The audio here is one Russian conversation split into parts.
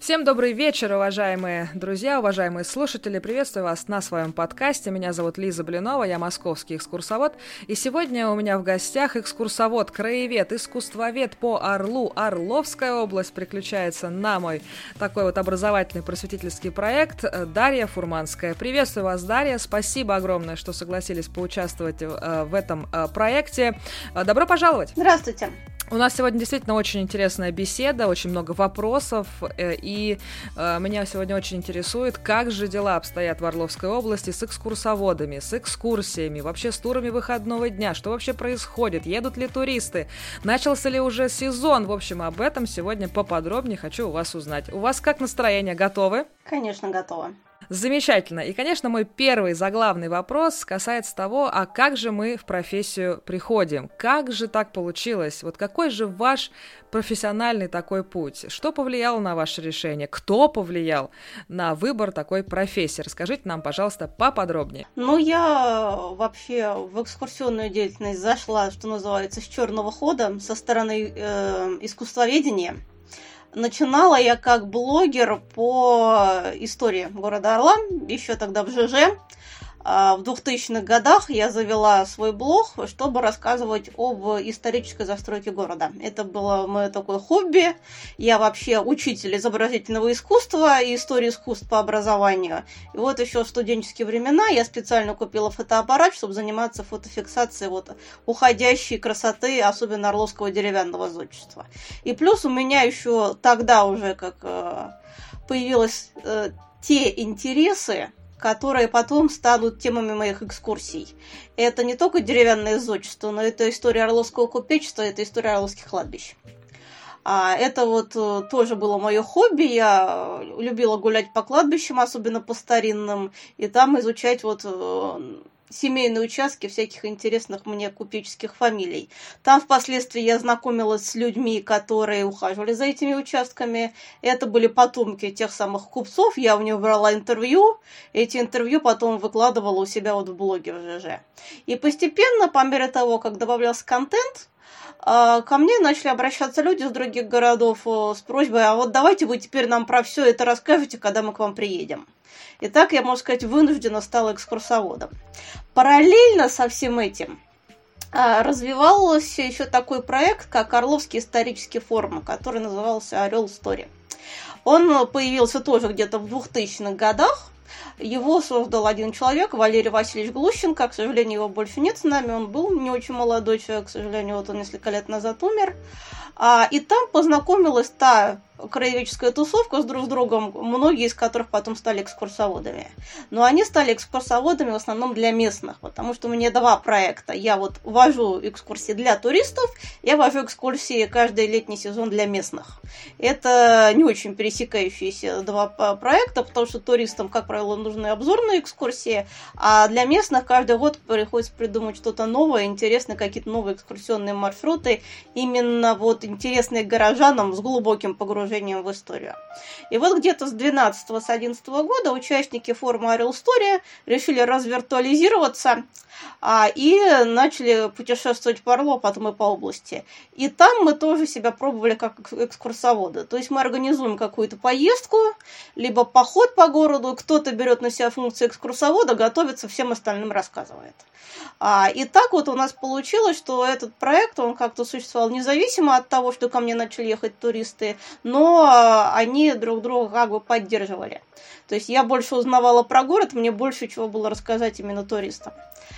Всем добрый вечер, уважаемые друзья, уважаемые слушатели. Приветствую вас на своем подкасте. Меня зовут Лиза Блинова, я московский экскурсовод. И сегодня у меня в гостях экскурсовод, краевед, искусствовед по Орлу. Орловская область приключается на мой такой вот образовательный просветительский проект Дарья Фурманская. Приветствую вас, Дарья. Спасибо огромное, что согласились поучаствовать в этом проекте. Добро пожаловать! Здравствуйте! У нас сегодня действительно очень интересная беседа, очень много вопросов, и меня сегодня очень интересует, как же дела обстоят в Орловской области с экскурсоводами, с экскурсиями, вообще с турами выходного дня, что вообще происходит, едут ли туристы, начался ли уже сезон, в общем, об этом сегодня поподробнее хочу у вас узнать. У вас как настроение, готовы? Конечно, готова. Замечательно. И, конечно, мой первый заглавный вопрос касается того, а как же мы в профессию приходим? Как же так получилось? Вот какой же ваш профессиональный такой путь? Что повлияло на ваше решение? Кто повлиял на выбор такой профессии? Расскажите нам, пожалуйста, поподробнее. Я вообще в экскурсионную деятельность зашла, что называется, с черного хода, со стороны искусствоведения. Начинала я как блогер по истории города Орла, еще тогда в ЖЖ. В 2000-х годах я завела свой блог, чтобы рассказывать об исторической застройке города. Это было мое такое хобби. Я вообще учитель изобразительного искусства и истории искусств по образованию. И вот еще в студенческие времена я специально купила фотоаппарат, чтобы заниматься фотофиксацией уходящей красоты, особенно орловского деревянного зодчества. И плюс у меня еще тогда уже появились те интересы, которые потом станут темами моих экскурсий. Это не только деревянное зодчество, но это история орловского купечества, это история орловских кладбищ. Это тоже было мое хобби. Я любила гулять по кладбищам, особенно по старинным, и там изучать семейные участки всяких интересных мне купеческих фамилий. Там впоследствии я знакомилась с людьми, которые ухаживали за этими участками. Это были потомки тех самых купцов. Я у них брала интервью. Эти интервью потом выкладывала у себя в блоге в ЖЖ. И постепенно, по мере того, как добавлялся контент, ко мне начали обращаться люди из других городов с просьбой: а вот давайте вы теперь нам про все это расскажете, когда мы к вам приедем. И так я, можно сказать, вынуждена стала экскурсоводом. Параллельно со всем этим развивался еще такой проект, как Орловский исторический форум, который назывался «Орел Стори». Он появился тоже где-то в 2000-х годах. Его создал один человек, Валерий Васильевич Глущенко. К сожалению, его больше нет с нами. Он был не очень молодой человек, к сожалению, он несколько лет назад умер. И там познакомилась та краеведческая тусовка друг с другом, многие из которых потом стали экскурсоводами. Но они стали экскурсоводами в основном для местных, потому что у меня два проекта. Я вожу экскурсии для туристов, я вожу экскурсии каждый летний сезон для местных. Это не очень пересекающиеся два проекта, потому что туристам, как правило, нужны обзорные экскурсии, а для местных каждый год приходится придумать что-то новое, интересное, какие-то новые экскурсионные маршруты, именно интересные горожанам с глубоким погружением в историю. И где-то с 2012-2011 года участники форума «Орел Стори» решили развиртуализироваться и начали путешествовать по Орлу, а потом и по области. И там мы тоже себя пробовали как экскурсоводы. То есть мы организуем какую-то поездку, либо поход по городу, кто-то берет на себя функцию экскурсовода, готовится, всем остальным рассказывает. И так у нас получилось, что этот проект, он как-то существовал независимо от того, что ко мне начали ехать туристы, но они друг друга поддерживали. То есть я больше узнавала про город, мне больше чего было рассказать именно туристам.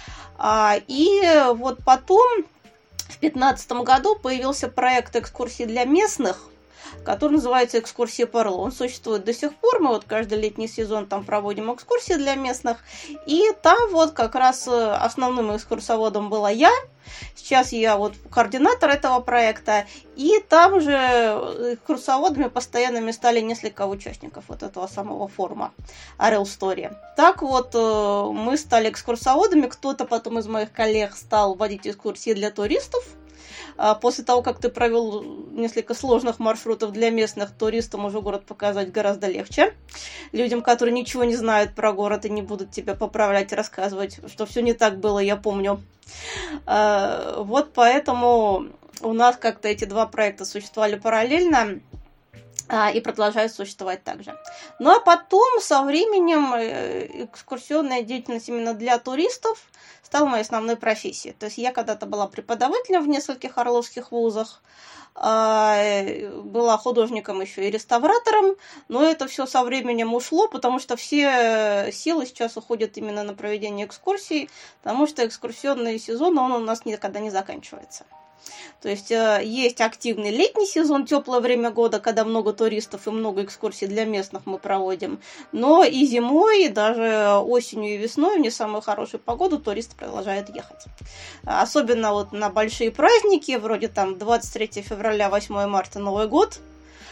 И потом, в 2015 году, появился проект экскурсий для местных, который называется «Экскурсии по Орлу». Он существует до сих пор. Мы каждый летний сезон там проводим экскурсии для местных. И там как раз основным экскурсоводом была я. Сейчас я координатор этого проекта. И там же экскурсоводами постоянными стали несколько участников этого самого форума «Орел Стори». Так мы стали экскурсоводами. Кто-то потом из моих коллег стал водить экскурсии для туристов. После того, как ты провел несколько сложных маршрутов для местных, туристам уже город показать гораздо легче. Людям, которые ничего не знают про город и не будут тебя поправлять и рассказывать, что все не так было, я помню. Поэтому у нас как-то эти два проекта существовали параллельно. и продолжает существовать также. Ну а потом, со временем, экскурсионная деятельность именно для туристов стала моей основной профессией. То есть я когда-то была преподавателем в нескольких орловских вузах, была художником еще и реставратором, но это все со временем ушло, потому что все силы сейчас уходят именно на проведение экскурсий, потому что экскурсионный сезон, он у нас никогда не заканчивается. То есть есть активный летний сезон, теплое время года, когда много туристов и много экскурсий для местных мы проводим. Но и зимой, и даже осенью и весной, в не самую хорошую погоду, туристы продолжают ехать. Особенно вот на большие праздники, вроде там 23 февраля, 8 марта, Новый год.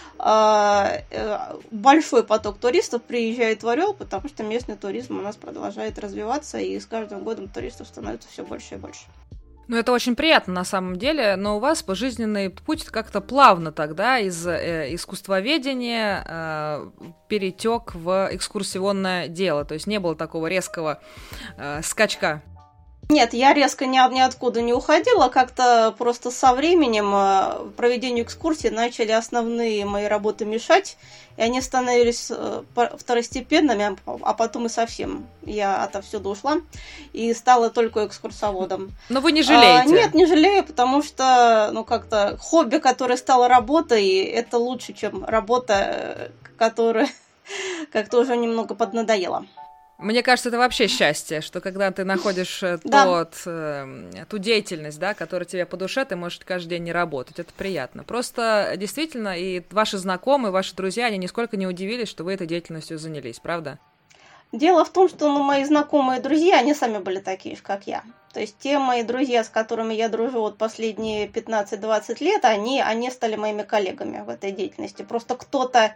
Большой поток туристов приезжает в Орел, потому что местный туризм у нас продолжает развиваться, и с каждым годом туристов становится все больше и больше. Ну, это очень приятно на самом деле, но у вас жизненный путь как-то плавно тогда из искусствоведения перетек в экскурсионное дело, то есть не было такого резкого скачка. Нет, я резко ниоткуда не уходила, как-то просто со временем проведению экскурсий начали основные мои работы мешать, и они становились второстепенными, а потом и совсем я отовсюду ушла и стала только экскурсоводом. Но вы не жалеете? Нет, не жалею, потому что, как-то хобби, которое стало работой, это лучше, чем работа, которая как-то уже немного поднадоела. Мне кажется, это вообще счастье, что когда ты находишь ту деятельность, да, которая тебе по душе, ты можешь каждый день не работать. Это приятно. Просто действительно, и ваши знакомые, ваши друзья, они нисколько не удивились, что вы этой деятельностью занялись, правда? Дело в том, что мои знакомые друзья, они сами были такие же, как я. То есть те мои друзья, с которыми я дружу вот последние 15-20 лет, они стали моими коллегами в этой деятельности. Просто кто-то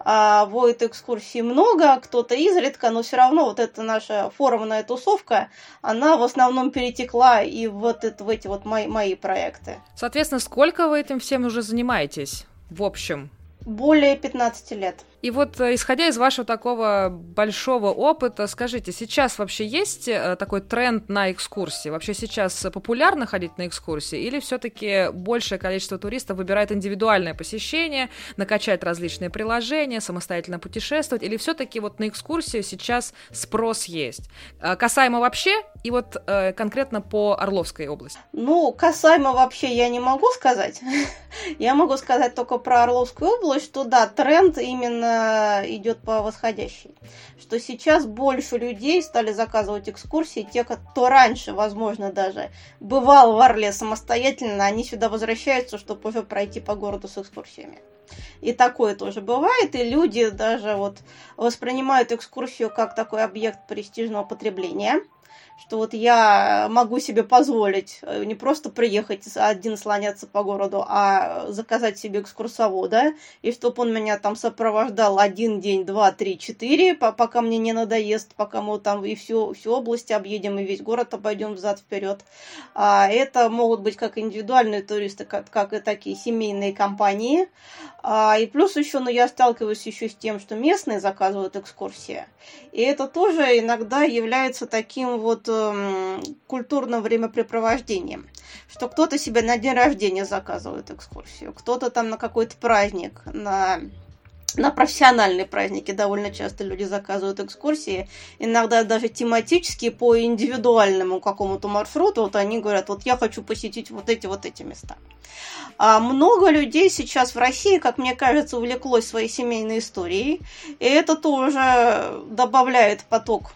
водит экскурсии много, кто-то изредка, но все равно вот эта наша форумная тусовка, она в основном перетекла и вот в эти вот мои проекты. Соответственно, сколько вы этим всем уже занимаетесь в общем? Более 15 лет. И вот, исходя из вашего такого большого опыта, скажите, сейчас вообще есть такой тренд на экскурсии? Вообще сейчас популярно ходить на экскурсии? Или все-таки большее количество туристов выбирает индивидуальное посещение, накачать различные приложения, самостоятельно путешествовать? Или все-таки вот на экскурсию сейчас спрос есть? Касаемо вообще и вот конкретно по Орловской области? Касаемо вообще я не могу сказать. Я могу сказать только про Орловскую область, что да, тренд именно идет по восходящей. Что сейчас больше людей стали заказывать экскурсии, те, кто раньше, возможно, даже бывал в Орле самостоятельно, они сюда возвращаются, чтобы уже пройти по городу с экскурсиями. И такое тоже бывает, и люди даже вот воспринимают экскурсию как такой объект престижного потребления, что вот я могу себе позволить не просто приехать один слоняться по городу, а заказать себе экскурсовода, и чтобы он меня там сопровождал 1 день, 2, 3, 4, пока мне не надоест, пока мы там и всю область объедем, и весь город обойдем взад-вперед. Это могут быть как индивидуальные туристы, как и такие семейные компании. И плюс еще, я сталкиваюсь еще с тем, что местные заказывают экскурсии. И это тоже иногда является таким вот культурным времяпрепровождением. Что кто-то себе на день рождения заказывает экскурсию, кто-то там на какой-то праздник, на профессиональные праздники довольно часто люди заказывают экскурсии, иногда даже тематические по индивидуальному какому-то маршруту. Вот они говорят, вот я хочу посетить вот эти места. Много людей сейчас в России, как мне кажется, увлеклось своей семейной историей, и это тоже добавляет поток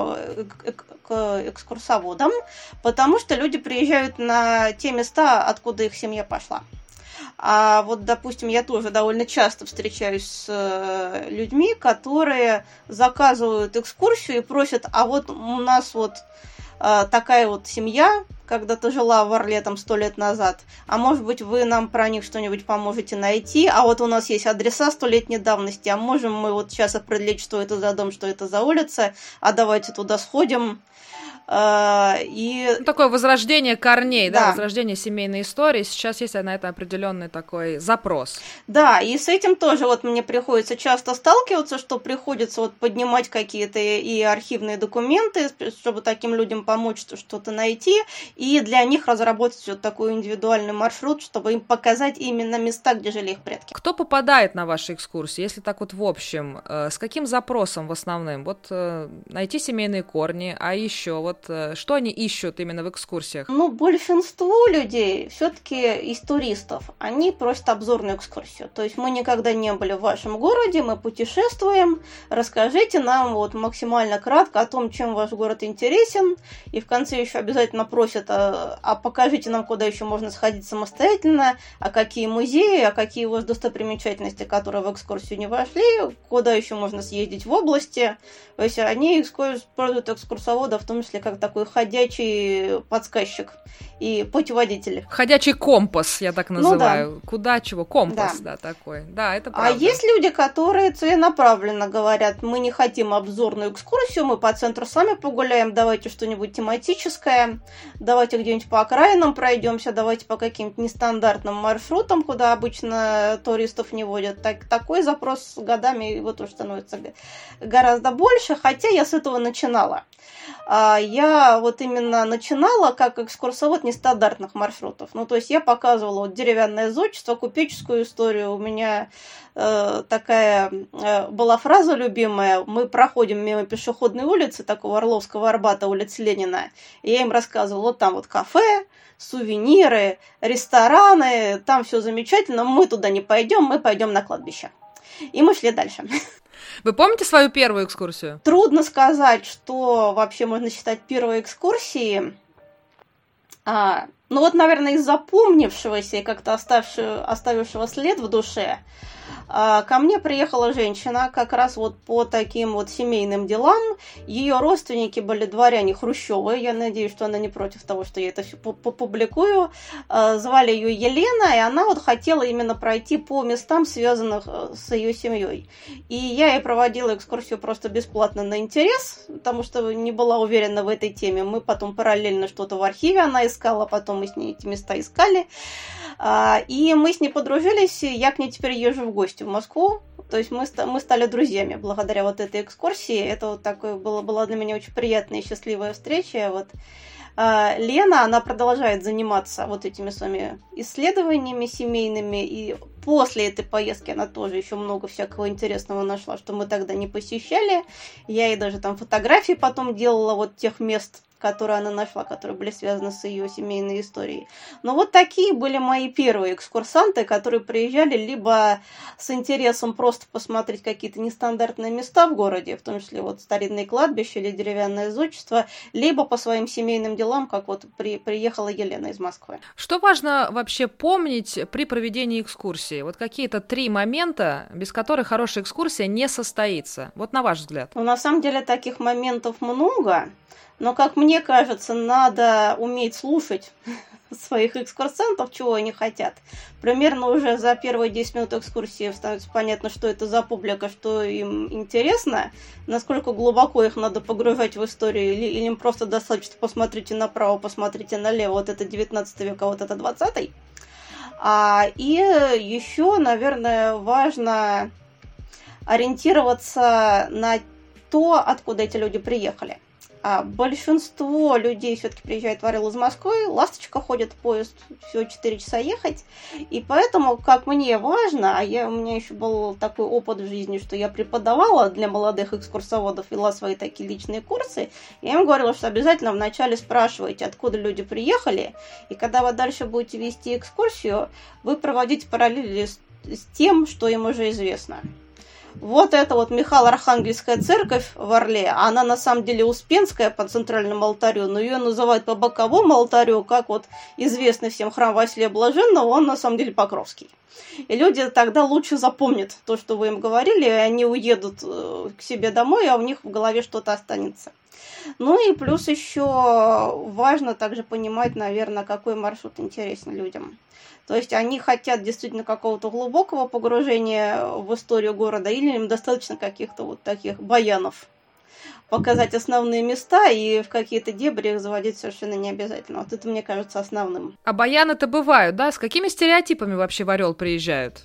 к экскурсоводам, потому что люди приезжают на те места, откуда их семья пошла. Допустим, я тоже довольно часто встречаюсь с людьми, которые заказывают экскурсию и просят, а вот у нас вот такая вот семья, когда-то жила в Орле 100 лет назад, а может быть вы нам про них что-нибудь поможете найти, а вот у нас есть адреса 100-летней давности, а можем мы вот сейчас определить, что это за дом, что это за улица, а давайте туда сходим. И... Такое возрождение корней, да, возрождение семейной истории. Сейчас есть на это определенный такой запрос. Да, и с этим тоже вот мне приходится часто сталкиваться, что приходится вот поднимать какие-то и архивные документы, чтобы таким людям помочь что-то найти, и для них разработать вот такой индивидуальный маршрут, чтобы им показать именно места, где жили их предки. Кто попадает на ваши экскурсии, если так вот в общем? С каким запросом в основном? Вот найти семейные корни, а еще вот что они ищут именно в экскурсиях? Ну, большинство людей все-таки из туристов, они просят обзорную экскурсию. То есть мы никогда не были в вашем городе, мы путешествуем, расскажите нам вот максимально кратко о том, чем ваш город интересен, и в конце еще обязательно просят, а покажите нам, куда еще можно сходить самостоятельно, а какие музеи, а какие у вас достопримечательности, которые в экскурсию не вошли, куда еще можно съездить в области. То есть они используют экскурсовода в том числе как такой ходячий подсказчик и путеводитель. Ходячий компас, я так называю. Ну, да. Куда чего? Компас, да, такой. Да, это правда. А есть люди, которые целенаправленно говорят, мы не хотим обзорную экскурсию, мы по центру сами погуляем, давайте что-нибудь тематическое, давайте где-нибудь по окраинам пройдемся, давайте по каким-то нестандартным маршрутам, куда обычно туристов не водят. Такой запрос с годами его тоже становится гораздо больше, хотя я с этого начинала. Я вот именно начинала как экскурсовод нестандартных маршрутов. Ну, то есть я показывала вот деревянное зодчество, купеческую историю. У меня такая была фраза любимая. Мы проходим мимо пешеходной улицы, такого Орловского Арбата, улицы Ленина. И я им рассказывала, вот там вот кафе, сувениры, рестораны, там все замечательно, мы туда не пойдем, мы пойдем на кладбище. И мы шли дальше. Вы помните свою первую экскурсию? Трудно сказать, что вообще можно считать первой экскурсией. Ну вот, наверное, из запомнившегося и как-то оставившего след в душе, ко мне приехала женщина как раз вот по таким вот семейным делам. Ее родственники были дворяне Хрущевы. Я надеюсь, что она не против того, что я это все публикую. Звали ее Елена, и она вот хотела именно пройти по местам, связанных с ее семьей. И я ей проводила экскурсию просто бесплатно на интерес, потому что не была уверена в этой теме. Мы потом параллельно что-то в архиве она искала, потом мы с ней эти места искали. И мы с ней подружились, и я к ней теперь езжу в гости в Москву. То есть мы стали друзьями благодаря вот этой экскурсии. Это вот такое была для меня очень приятная и счастливая встреча. Вот. Лена, она продолжает заниматься вот этими своими исследованиями семейными, и после этой поездки она тоже еще много всякого интересного нашла, что мы тогда не посещали. Я ей даже там фотографии потом делала вот тех мест, которые она нашла, которые были связаны с ее семейной историей. Но вот такие были мои первые экскурсанты, которые приезжали либо с интересом просто посмотреть какие-то нестандартные места в городе, в том числе вот старинные кладбища или деревянное зодчество, либо по своим семейным делам, как вот приехала Елена из Москвы. Что важно вообще помнить при проведении экскурсии? Вот какие-то 3 момента, без которых хорошая экскурсия не состоится. Вот на ваш взгляд. Ну, на самом деле таких моментов много. Но, как мне кажется, надо уметь слушать своих экскурсантов, чего они хотят. Примерно уже за первые 10 минут экскурсии становится понятно, что это за публика, что им интересно, насколько глубоко их надо погружать в историю, или им просто достаточно посмотрите направо, посмотрите налево, вот это 19 век, а вот это 20-й. И еще, наверное, важно ориентироваться на то, откуда эти люди приехали. Большинство людей все-таки приезжает в Орел из Москвы, «Ласточка» ходит, поезд, всего 4 часа ехать. И поэтому, как мне важно, у меня еще был такой опыт в жизни, что я преподавала для молодых экскурсоводов, вела свои такие личные курсы, я им говорила, что обязательно вначале спрашивайте, откуда люди приехали, и когда вы дальше будете вести экскурсию, вы проводите параллели с тем, что им уже известно. Вот это вот Михаило-Архангельская церковь в Орле, она на самом деле Успенская по центральному алтарю, но ее называют по боковому алтарю, как вот известный всем храм Василия Блаженного, он на самом деле Покровский. И люди тогда лучше запомнят то, что вы им говорили, и они уедут к себе домой, а у них в голове что-то останется. Ну и плюс еще важно также понимать, наверное, какой маршрут интересен людям. То есть они хотят действительно какого-то глубокого погружения в историю города, или им достаточно каких-то вот таких баянов. показать основные места, и в какие-то дебри их заводить совершенно не обязательно. Вот это, мне кажется, основным. А баяны-то бывают, да? С какими стереотипами вообще в Орел приезжают?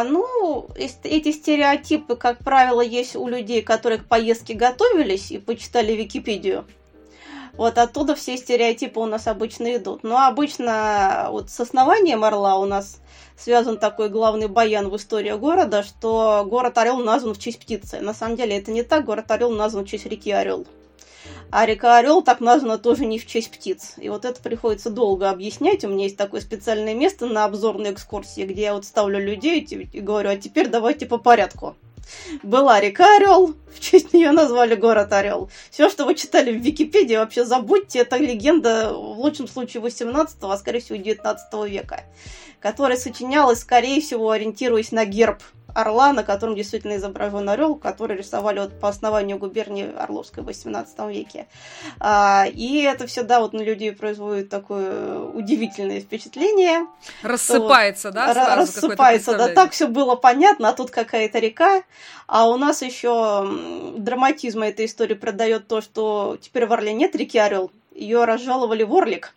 Эти стереотипы, как правило, есть у людей, которые к поездке готовились и почитали Википедию. Вот оттуда все стереотипы у нас обычно идут. Но обычно вот с основанием Орла у нас связан такой главный баян в истории города, что город Орел назван в честь птицы. На самом деле это не так, город Орел назван в честь реки Орел. А река Орел так названа тоже не в честь птиц. И вот это приходится долго объяснять. У меня есть такое специальное место на обзорной экскурсии, где я вот ставлю людей и говорю, а теперь давайте по порядку. Была река Орел, в честь нее назвали город Орел. Все, что вы читали в Википедии, вообще забудьте, это легенда, в лучшем случае 18-го, а скорее всего 19 века, которая сочинялась, скорее всего, ориентируясь на герб орла, на котором действительно изображен орел, который рисовали вот по основанию губернии Орловской в 18 веке. И это всегда вот на людей производит такое удивительное впечатление. Рассыпается, да? Сразу рассыпается, да, так все было понятно, а тут какая-то река. А у нас еще драматизм этой истории придает то, что теперь в Орле нет реки Орел, ее разжаловали в Орлик.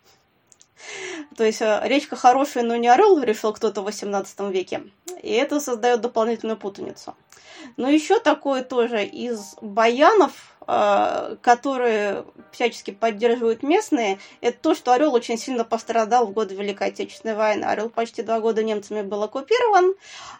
То есть речка хорошая, но не орел, решил кто-то в 18 веке. И это создает дополнительную путаницу. Но еще такое тоже из баянов, которые всячески поддерживают местные, это то, что Орел очень сильно пострадал в годы Великой Отечественной войны. Орел почти 2 года немцами был оккупирован,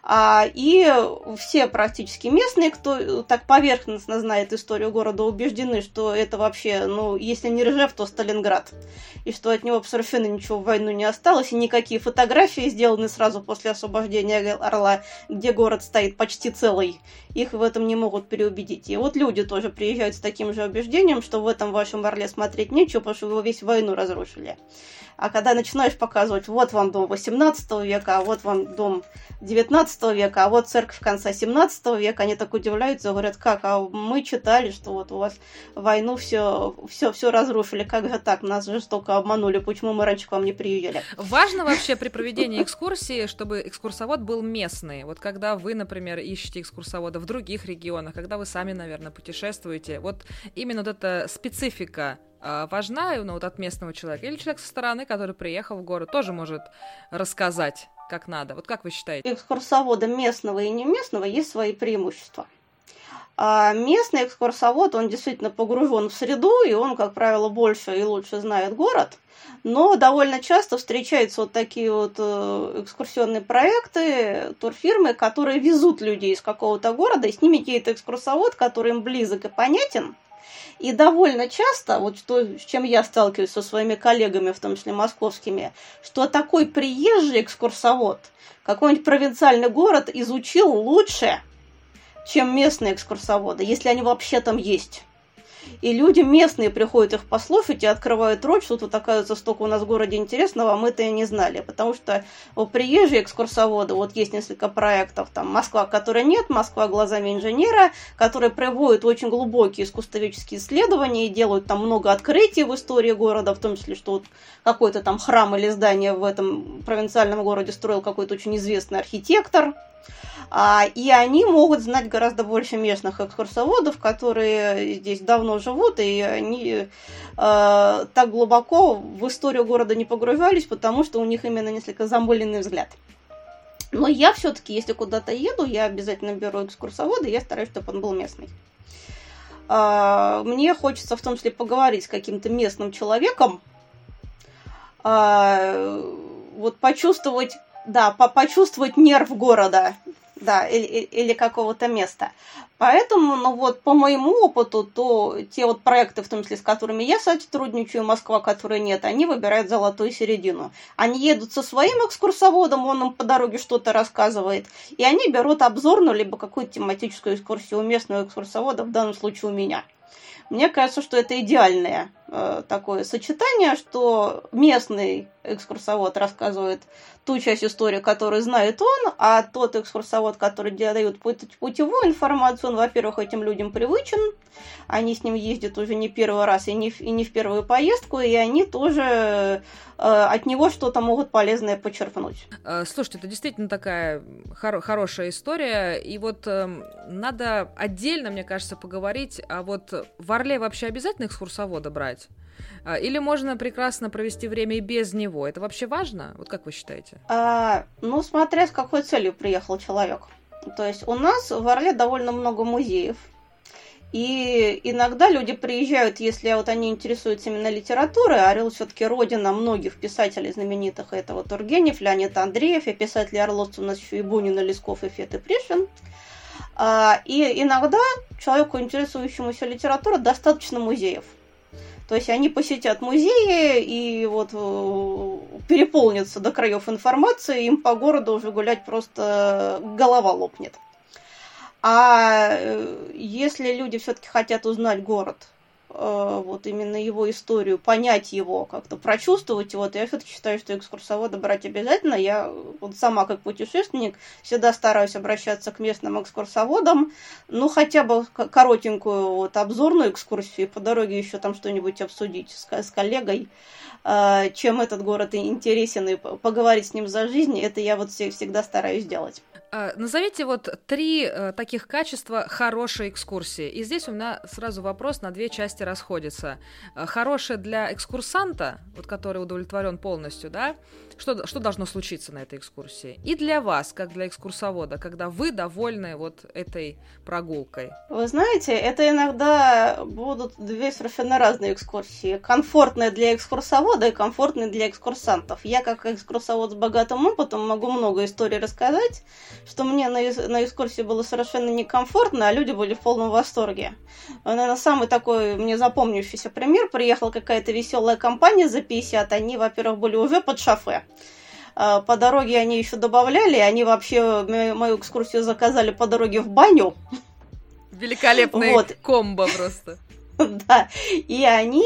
и все практически местные, кто так поверхностно знает историю города, убеждены, что это вообще, если не Ржев, то Сталинград. И что от него совершенно ничего в войну не осталось, и никакие фотографии, сделаны сразу после освобождения Орла, где город стоит почти целый, их в этом не могут переубедить. И вот люди тоже приезжают с таким же убеждением, что в этом вашем Орле смотреть нечего, потому что вы его весь войну разрушили. А когда начинаешь показывать, вот вам дом 18 века, а вот вам дом 19 века, а вот церковь конца 17 века, они так удивляются, говорят, как, а мы читали, что вот у вас войну все разрушили, как же так, нас жестоко обманули, почему мы раньше к вам не приезжали. Важно вообще при проведении экскурсии, чтобы экскурсовод был местный. Вот когда вы, например, ищете экскурсовода в других регионах, когда вы сами, наверное, путешествуете, вот именно вот эта специфика важна вот от местного человека? Или человек со стороны, который приехал в город, тоже может рассказать, как надо? Вот как вы считаете? Экскурсовода местного и не местного есть свои преимущества. А местный экскурсовод, он действительно погружен в среду, и он, как правило, больше и лучше знает город. Но довольно часто встречаются вот такие вот экскурсионные проекты, турфирмы, которые везут людей из какого-то города, и с ними едет экскурсовод, который им близок и понятен. И довольно часто, вот с чем я сталкиваюсь со своими коллегами, в том числе московскими, что такой приезжий экскурсовод какой-нибудь провинциальный город изучил лучше, чем местные экскурсоводы, если они вообще там есть. И люди местные приходят их послушать и открывают рот, что тут, оказывается, столько у нас в городе интересного, а мы-то и не знали. Потому что приезжие экскурсоводы, вот есть несколько проектов, там Москва, которой нет, Москва глазами инженера, которые проводят очень глубокие искусствоведческие исследования и делают там много открытий в истории города, в том числе, что вот какой-то там храм или здание в этом провинциальном городе строил какой-то очень известный архитектор. И они могут знать гораздо больше местных экскурсоводов, которые здесь давно живут, и они так глубоко в историю города не погружались, потому что у них именно несколько замыленный взгляд. Но я все-таки, если куда-то еду, я обязательно беру экскурсовода, и я стараюсь, чтобы он был местный. Мне хочется в том числе поговорить с каким-то местным человеком, вот почувствовать нерв города, да, или какого-то места. Поэтому, по моему опыту, то те вот проекты, в том числе с которыми я сотрудничаю, Москва, которой нет, они выбирают золотую середину. Они едут со своим экскурсоводом, он им по дороге что-то рассказывает, и они берут обзорную, либо какую-то тематическую экскурсию у местного экскурсовода, в данном случае у меня. Мне кажется, что это идеальная такое сочетание, что местный экскурсовод рассказывает ту часть истории, которую знает он, а тот экскурсовод, который дает путевую информацию, он, во-первых, этим людям привычен, они с ним ездят уже не первый раз и не в первую поездку, и они тоже от него что-то могут полезное почерпнуть. Слушайте, это действительно такая хорошая история, и вот надо отдельно, мне кажется, поговорить, а вот в Орле вообще обязательно экскурсовода брать? Или можно прекрасно провести время и без него? Это вообще важно? Вот как вы считаете? Смотря с какой целью приехал человек. То есть у нас в Орле довольно много музеев. И иногда люди приезжают, если вот они интересуются именно литературой, Орел все-таки родина многих писателей знаменитых. Это вот Тургенев, Леонид Андреев, и писатели-орловцы у нас еще и Бунин, и Лесков, и Фет, и Пришвин. И иногда человеку, интересующемуся литературой, достаточно музеев. То есть они посетят музеи и вот переполнятся до краев информации, им по городу уже гулять просто голова лопнет. А если люди все-таки хотят узнать город, вот именно его историю, понять его, как-то прочувствовать его, то я все-таки считаю, что экскурсовода брать обязательно. Я вот сама как путешественник всегда стараюсь обращаться к местным экскурсоводам, хотя бы коротенькую вот обзорную экскурсию, по дороге еще там что-нибудь обсудить с коллегой, чем этот город интересен, и поговорить с ним за жизнь, это я вот всегда стараюсь делать. Назовите вот 3 таких качества хорошей экскурсии. И здесь у меня сразу вопрос на 2 части расходится. Хорошая для экскурсанта, вот который удовлетворен полностью, да? Что должно случиться на этой экскурсии? И для вас, как для экскурсовода, когда вы довольны вот этой прогулкой? Вы знаете, это иногда будут 2 совершенно разные экскурсии. Комфортная для экскурсовода и комфортная для экскурсантов. Я, как экскурсовод с богатым опытом, могу много историй рассказать, что мне на экскурсии было совершенно некомфортно, а люди были в полном восторге. Наверное, самый такой мне запомнившийся пример. Приехала какая-то веселая компания за 50, они, во-первых, были уже под шофе. По дороге они еще добавляли, они вообще мою экскурсию заказали по дороге в баню. Великолепный комбо просто. Да, и они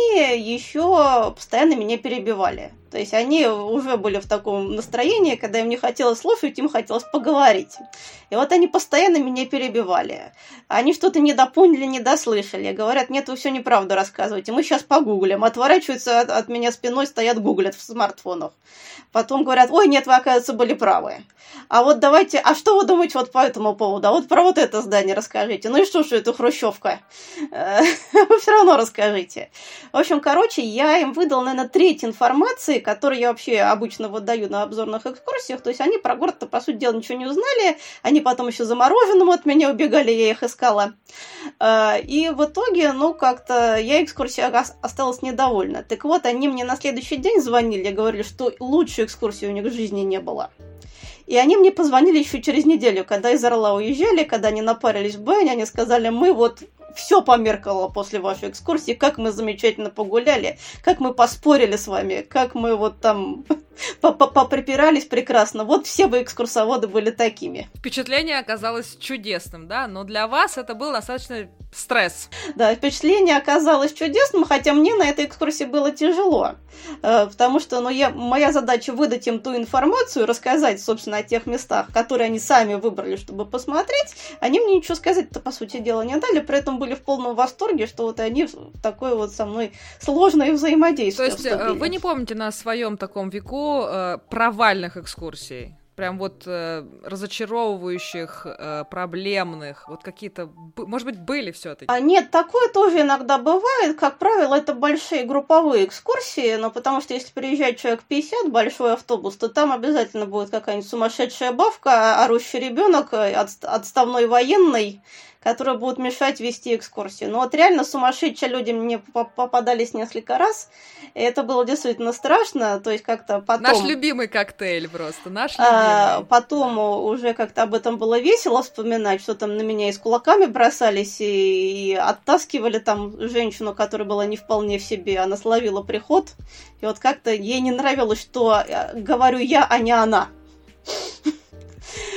еще постоянно меня перебивали. То есть они уже были в таком настроении, когда им не хотелось слушать, им хотелось поговорить. И вот они постоянно меня перебивали. Они что-то недопоняли, недослышали. Говорят, нет, вы все неправду рассказываете, мы сейчас погуглим. Отворачиваются от меня спиной, стоят, гуглят в смартфонах. Потом говорят, ой, нет, вы, оказывается, были правы. А вот давайте, а что вы думаете вот по этому поводу? А вот про вот это здание расскажите. Ну и что это хрущевка? Вы все равно расскажите. В общем, я им выдал, наверное, треть информации, которую я вообще обычно выдаю на обзорных экскурсиях. То есть они про город-то, по сути дела, ничего не узнали. Они потом еще замороженному от меня убегали, я их искала. И в итоге, как-то я экскурсией осталась недовольна. Так вот, они мне на следующий день звонили, говорили, что лучшей экскурсии у них в жизни не было. И они мне позвонили еще через неделю, когда из Орла уезжали, когда они напарились в бане, они сказали, мы вот все померкало после вашей экскурсии, как мы замечательно погуляли, как мы поспорили с вами, как мы вот там поприпирались прекрасно. Вот все вы экскурсоводы были такими. Впечатление оказалось чудесным, да? Но для вас это был достаточно стресс. Да, впечатление оказалось чудесным, хотя мне на этой экскурсии было тяжело. Потому что моя задача выдать им ту информацию, рассказать, собственно, о тех местах, которые они сами выбрали, чтобы посмотреть. Они мне ничего сказать-то, по сути дела, не дали, при этом были в полном восторге, что вот они такое вот со мной сложное взаимодействие. То есть вы не помните на своем таком веку провальных экскурсий? Прям вот разочаровывающих, проблемных, вот какие-то, может быть, были все-таки? Нет, такое тоже иногда бывает. Как правило, это большие групповые экскурсии, но потому что если приезжает человек 50, большой автобус, то там обязательно будет какая-нибудь сумасшедшая бабка, орущий ребенок, отставной военный, которые будут мешать вести экскурсию. Но вот реально сумасшедшие люди мне попадались несколько раз, и это было действительно страшно, то есть как-то потом... Наш любимый коктейль просто, наш любимый. Потом уже как-то об этом было весело вспоминать, что там на меня и с кулаками бросались, и оттаскивали там женщину, которая была не вполне в себе, она словила приход, и вот как-то ей не нравилось, что говорю я, а не она.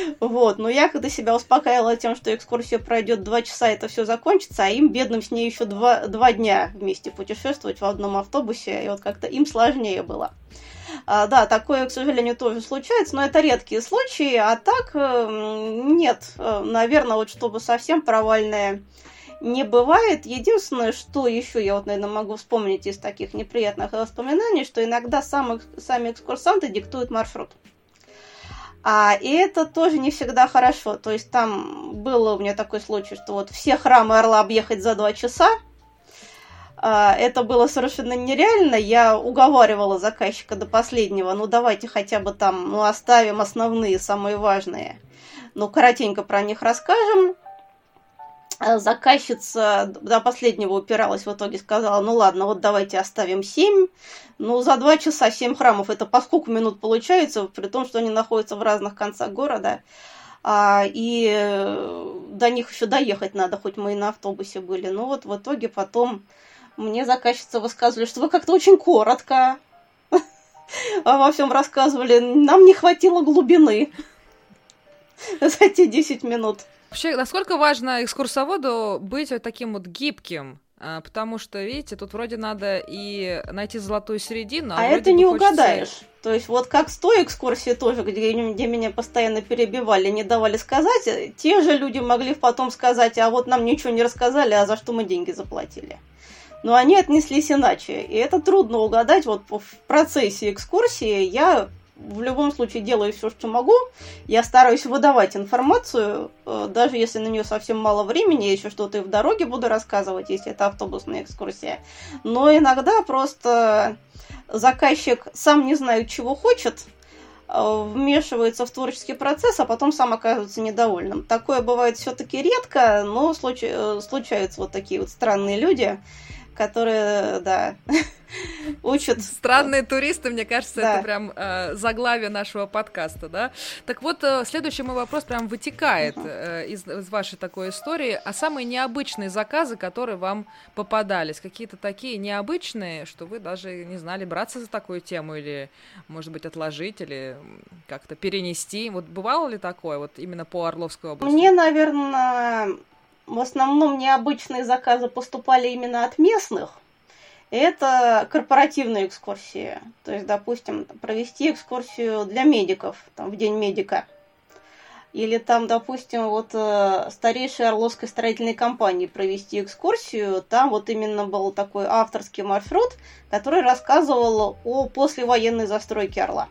Вот, но я когда себя успокаивала тем, что экскурсия пройдет 2 часа, это все закончится, а им, бедным, с ней еще 2 дня вместе путешествовать в одном автобусе, и вот как-то им сложнее было. Да, такое, к сожалению, тоже случается, но это редкие случаи, а так нет, наверное, вот чтобы совсем провальное не бывает. Единственное, что еще я вот, наверное, могу вспомнить из таких неприятных воспоминаний, что иногда сами экскурсанты диктуют маршрут. И это тоже не всегда хорошо. То есть там был у меня такой случай, что вот все храмы Орла объехать за 2 часа. Это было совершенно нереально. Я уговаривала заказчика до последнего. Ну, давайте хотя бы там, оставим основные, самые важные. Коротенько про них расскажем. Заказчица до последнего упиралась, в итоге сказала, ладно, вот давайте оставим 7. За 2 часа 7 храмов, это по сколько минут получается, при том, что они находятся в разных концах города. И до них еще доехать надо, хоть мы и на автобусе были. В итоге потом мне заказчица высказывали, что вы как-то очень коротко во всем рассказывали. Нам не хватило глубины за те 10 минут. Вообще, насколько важно экскурсоводу быть вот таким вот гибким? Потому что, видите, тут вроде надо и найти золотую середину, а это не угадаешь. То есть вот как с той экскурсии тоже, где меня постоянно перебивали, не давали сказать, те же люди могли потом сказать, а вот нам ничего не рассказали, а за что мы деньги заплатили. Но они отнеслись иначе. И это трудно угадать. Вот в процессе экскурсии я в любом случае делаю все, что могу. Я стараюсь выдавать информацию, даже если на нее совсем мало времени, я еще что-то и в дороге буду рассказывать, если это автобусная экскурсия. Но иногда просто заказчик, сам не знаю, чего хочет, вмешивается в творческий процесс, а потом сам оказывается недовольным. Такое бывает все-таки редко, но случаются вот такие вот странные люди, которые, да, учат. Странные туристы, мне кажется, да. Это прям заглавие нашего подкаста, да? Так вот, следующий мой вопрос прям вытекает из вашей такой истории. А самые необычные заказы, которые вам попадались? Какие-то такие необычные, что вы даже не знали, браться за такую тему или, может быть, отложить, или как-то перенести? Вот бывало ли такое вот именно по Орловской области? Мне, наверное, в основном необычные заказы поступали именно от местных. Это корпоративные экскурсии. То есть, допустим, провести экскурсию для медиков, там, в День медика. Или там, допустим, вот старейшей Орловской строительной компании провести экскурсию. Там вот именно был такой авторский маршрут, который рассказывал о послевоенной застройке Орла.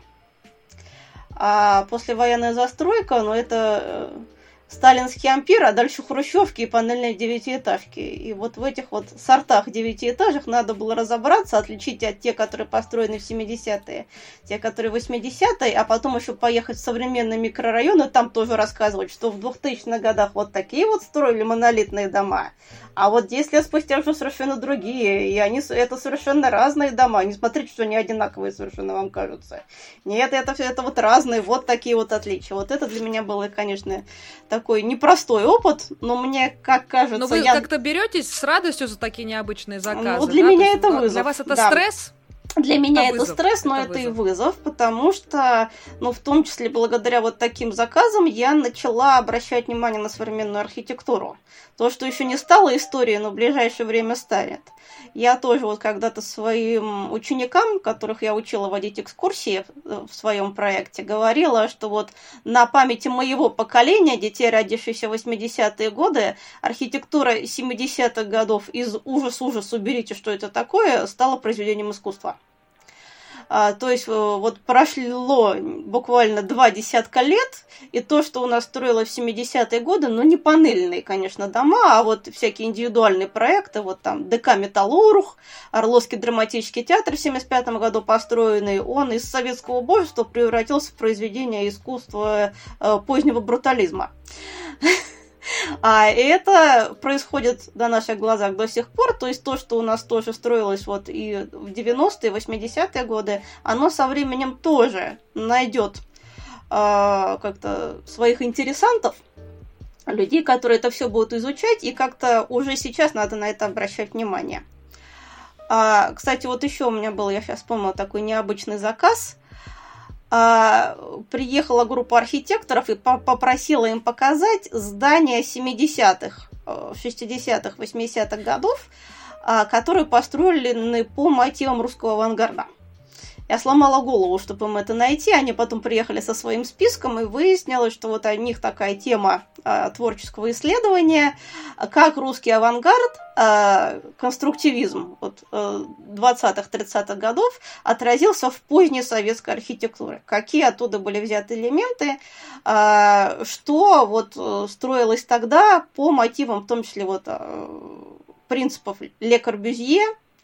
А послевоенная застройка, это сталинский ампир, а дальше хрущевки и панельные девятиэтажки. И вот в этих вот сортах девятиэтажек надо было разобраться, отличить от тех, которые построены в 70-е, те, которые в 80-е, а потом еще поехать в современные микрорайоны, там тоже рассказывать, что в 2000-х годах вот такие вот строили монолитные дома, а вот 10 лет спустя уже совершенно другие, и это совершенно разные дома. Не смотрите, что они одинаковые совершенно вам кажутся. Нет, это вот разные, вот такие вот отличия. Вот это для меня было, конечно, такой непростой опыт, но мне, как кажется... Но вы как-то беретесь с радостью за такие необычные заказы? Для меня это вызов. Для вас это стресс? Для меня это стресс, но это и вызов, потому что, в том числе благодаря вот таким заказам я начала обращать внимание на современную архитектуру. То, что еще не стало историей, но в ближайшее время станет. Я тоже вот когда-то своим ученикам, которых я учила водить экскурсии в своем проекте, говорила, что вот на памяти моего поколения, детей, родившихся в 80-е годы, архитектура 70-х годов из «ужас, уберите, что это такое», стала произведением искусства. То есть вот прошло буквально 20 лет, и то, что у нас строилось в 70-е годы, не панельные, конечно, дома, а вот всякие индивидуальные проекты, вот там ДК «Металлург», Орловский драматический театр в 75 году построенный, он из советского убожества превратился в произведение искусства позднего брутализма. И это происходит на наших глазах до сих пор, то есть то, что у нас тоже строилось вот и в 90-е, 80-е годы, оно со временем тоже найдет как-то своих интересантов, людей, которые это все будут изучать, и как-то уже сейчас надо на это обращать внимание. Кстати, вот еще у меня был, я сейчас вспомнила, такой необычный заказ. приехала группа архитекторов и попросила им показать здания 70-х, 60-х, 80-х годов, которые построены по мотивам русского авангарда. Я сломала голову, чтобы им это найти. Они потом приехали со своим списком, и выяснилось, что вот у них такая тема творческого исследования, как русский авангард, конструктивизм вот, 20-30-х годов отразился в поздней советской архитектуре. Какие оттуда были взяты элементы, что вот строилось тогда по мотивам, в том числе вот, принципов Ле Корбюзье,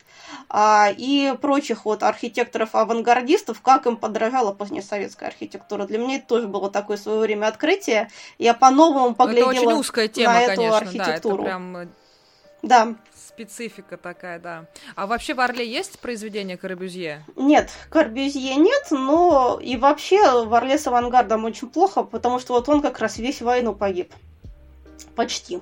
и прочих вот архитекторов-авангардистов, как им подражала позднесоветская архитектура. Для меня это тоже было такое в свое время открытие. Я по-новому поглядела это очень узкая тема, на эту конечно, архитектуру. Да, это прям да. Специфика такая, да. А вообще в Орле есть произведение Корбюзье? Нет, Корбюзье нет, но и вообще в Орле с авангардом очень плохо, потому что вот он как раз весь войну погиб. Почти.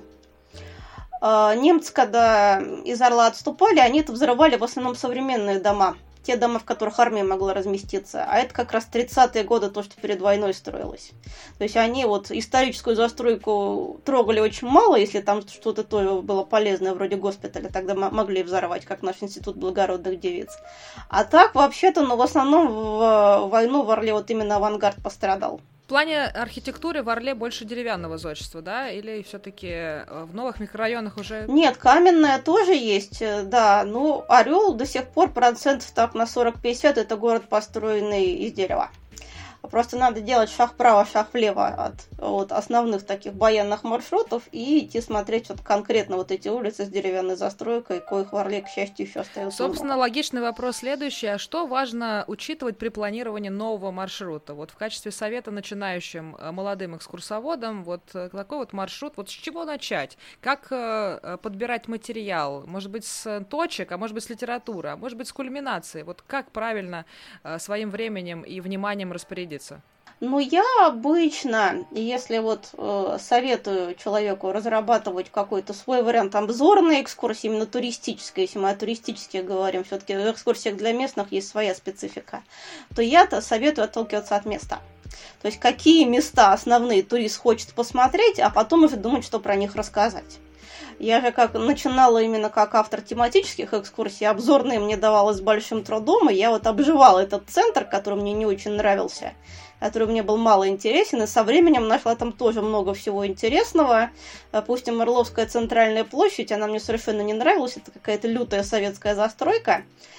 Немцы, когда из Орла отступали, они это взрывали в основном современные дома. Те дома, в которых армия могла разместиться. А это как раз 30-е годы, то, что перед войной строилось. То есть они вот историческую застройку трогали очень мало, если там что-то тоже было полезное, вроде госпиталя, тогда могли взорвать, как наш институт благородных девиц. А так, вообще-то, ну, в основном в войну в Орле вот именно авангард пострадал. В плане архитектуры в Орле больше деревянного зодчества, да? Или все-таки в новых микрорайонах уже... Нет, каменное тоже есть, да. Ну, Орел до сих пор процентов так на 40-50 это город, построенный из дерева. Просто надо делать шаг вправо, шаг влево от вот, основных таких баянных маршрутов и идти смотреть вот конкретно вот эти улицы с деревянной застройкой, коих в Орле, к счастью, еще остается Собственно, много. логичный вопрос следующий. А что важно учитывать при планировании нового маршрута? Вот в качестве совета начинающим молодым экскурсоводам, вот такой вот маршрут, вот с чего начать? Как подбирать материал? Может быть, с точек, а может быть, с литературы, а может быть, с кульминации? Вот как правильно своим временем и вниманием распорядиться? Ну, я обычно, если вот советую человеку разрабатывать какой-то свой вариант обзорной экскурсии, именно туристической, если мы о туристических говорим, все-таки в экскурсиях для местных есть своя специфика, то я-то советую отталкиваться от места. То есть, какие места основные турист хочет посмотреть, а потом уже думать, что про них рассказать. Я же как начинала именно как автор тематических экскурсий, обзорные мне давалось с большим трудом, и я вот обживала этот центр, который мне не очень нравился, который мне был мало интересен, и со временем нашла там тоже много всего интересного. Допустим, Орловская центральная площадь, она мне совершенно не нравилась, это какая-то лютая советская застройка,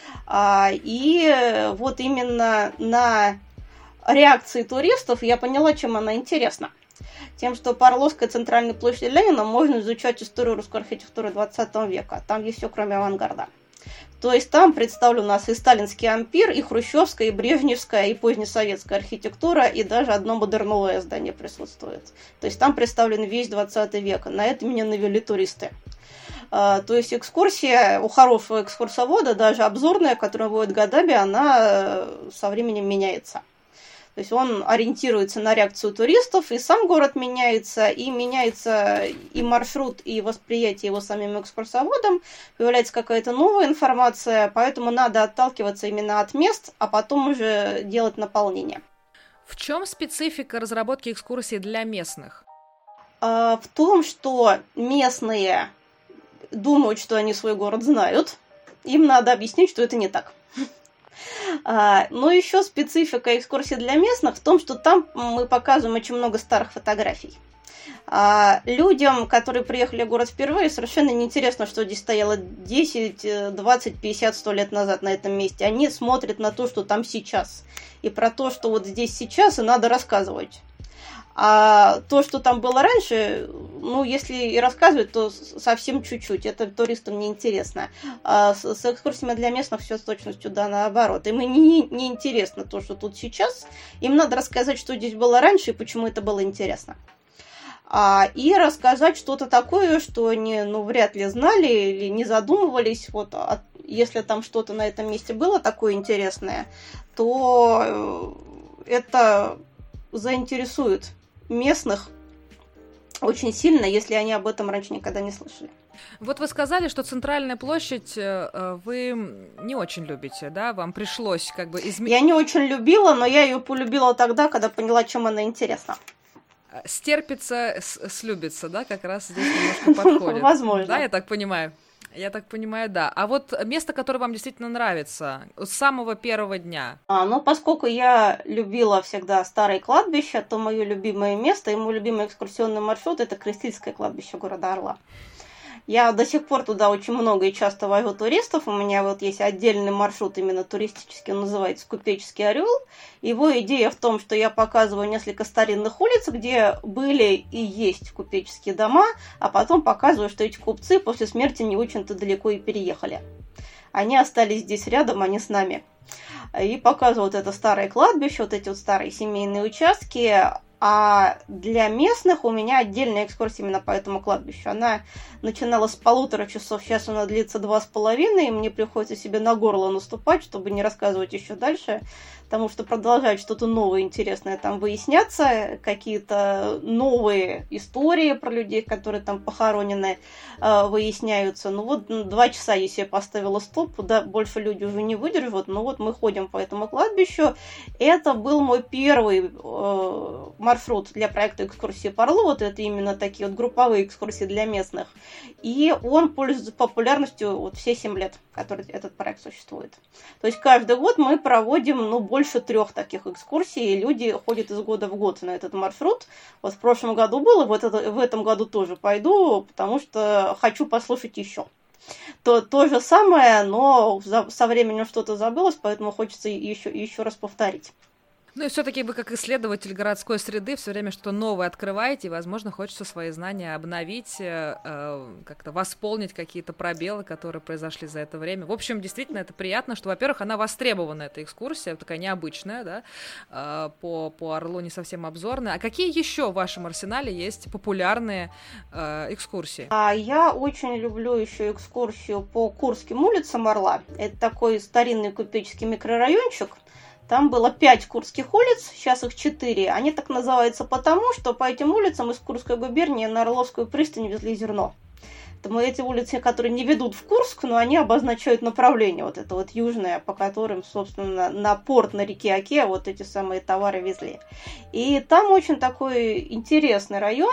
и вот именно на реакции туристов я поняла, чем она интересна. Тем, что по Орловской центральной площади Ленина можно изучать историю русской архитектуры 20 века. Там есть все, кроме авангарда. То есть там представлен у нас и сталинский ампир, и хрущевская, и брежневская, и позднесоветская архитектура, и даже одно модерновое здание присутствует. То есть там представлен весь 20 век. На это меня навели туристы. То есть экскурсия у хорошего экскурсовода, даже обзорная, которая вводит годами, она со временем меняется. То есть он ориентируется на реакцию туристов, и сам город меняется и маршрут, и восприятие его самим экскурсоводом, появляется какая-то новая информация, поэтому надо отталкиваться именно от мест, а потом уже делать наполнение. В чем специфика разработки экскурсий для местных? В том, что местные думают, что они свой город знают, им надо объяснить, что это не так. Но еще специфика экскурсии для местных в том, что там мы показываем очень много старых фотографий. Людям, которые приехали в город впервые, совершенно неинтересно, что здесь стояло 10, 20, 50, 100 лет назад на этом месте. Они смотрят на то, что там сейчас. И про то, что вот здесь сейчас, и надо рассказывать. А то, что там было раньше, ну, если и рассказывать, то совсем чуть-чуть. Это туристам неинтересно. А с экскурсиями для местных все с точностью да наоборот. Им не интересно то, что тут сейчас. Им надо рассказать, что здесь было раньше и почему это было интересно. И рассказать что-то такое, что они, ну, вряд ли знали или не задумывались. Вот, если там что-то на этом месте было такое интересное, то это заинтересует местных очень сильно, если они об этом раньше никогда не слышали. Вот вы сказали, что центральная площадь вы не очень любите, да? Вам пришлось как бы изменить... Я не очень любила, но я ее полюбила тогда, когда поняла, чем она интересна. Стерпится, слюбится, да? Как раз здесь немножко подходит. Возможно. Да, я так понимаю? Я так понимаю, да. А вот место, которое вам действительно нравится, с самого первого дня? Ну, поскольку я любила всегда старые кладбища, то мое любимое место и мой любимый экскурсионный маршрут – это Крестильское кладбище города Орла. Я до сих пор туда очень много и часто вожу туристов. У меня вот есть отдельный маршрут именно туристический, он называется «Купеческий орел». Его идея в том, что я показываю несколько старинных улиц, где были и есть купеческие дома, а потом показываю, что эти купцы после смерти не очень-то далеко и переехали. Они остались здесь рядом, они с нами. И показываю вот это старое кладбище, вот эти вот старые семейные участки. А для местных у меня отдельная экскурсия именно по этому кладбищу. Она начиналась с 1,5 часов, сейчас она длится 2,5, и мне приходится себе на горло наступать, чтобы не рассказывать еще дальше, потому что продолжает что-то новое, интересное там выясняться, какие-то новые истории про людей, которые там похоронены, выясняются. Ну вот 2 часа я себе поставила стоп, да, больше люди уже не выдержат, но вот мы ходим по этому кладбищу. Это был мой первый маршрут для проекта экскурсии по Орлу, вот это именно такие вот групповые экскурсии для местных. И он пользуется популярностью вот все 7 лет, который этот проект существует. То есть каждый год мы проводим, больше 3 таких экскурсий, и люди ходят из года в год на этот маршрут. Вот в прошлом году было, в этом году тоже пойду, потому что хочу послушать еще. То же самое, но со временем что-то забылось, поэтому хочется еще раз повторить. Ну и все-таки вы, как исследователь городской среды, все время что-то новое открываете, и, возможно, хочется свои знания обновить, как-то восполнить какие-то пробелы, которые произошли за это время. В общем, действительно, это приятно, что, во-первых, она востребована, эта экскурсия, такая необычная, да, по Орлу не совсем обзорная. А какие еще в вашем арсенале есть популярные экскурсии? Я очень люблю еще экскурсию по Курским улицам Орла. Это такой старинный купеческий микрорайончик. Там было 5 курских улиц, сейчас их 4. Они так называются потому, что по этим улицам из Курской губернии на Орловскую пристань везли зерно. Это эти улицы, которые не ведут в Курск, но они обозначают направление, вот это вот южное, по которым, собственно, на порт на реке Оке вот эти самые товары везли. И там очень такой интересный район.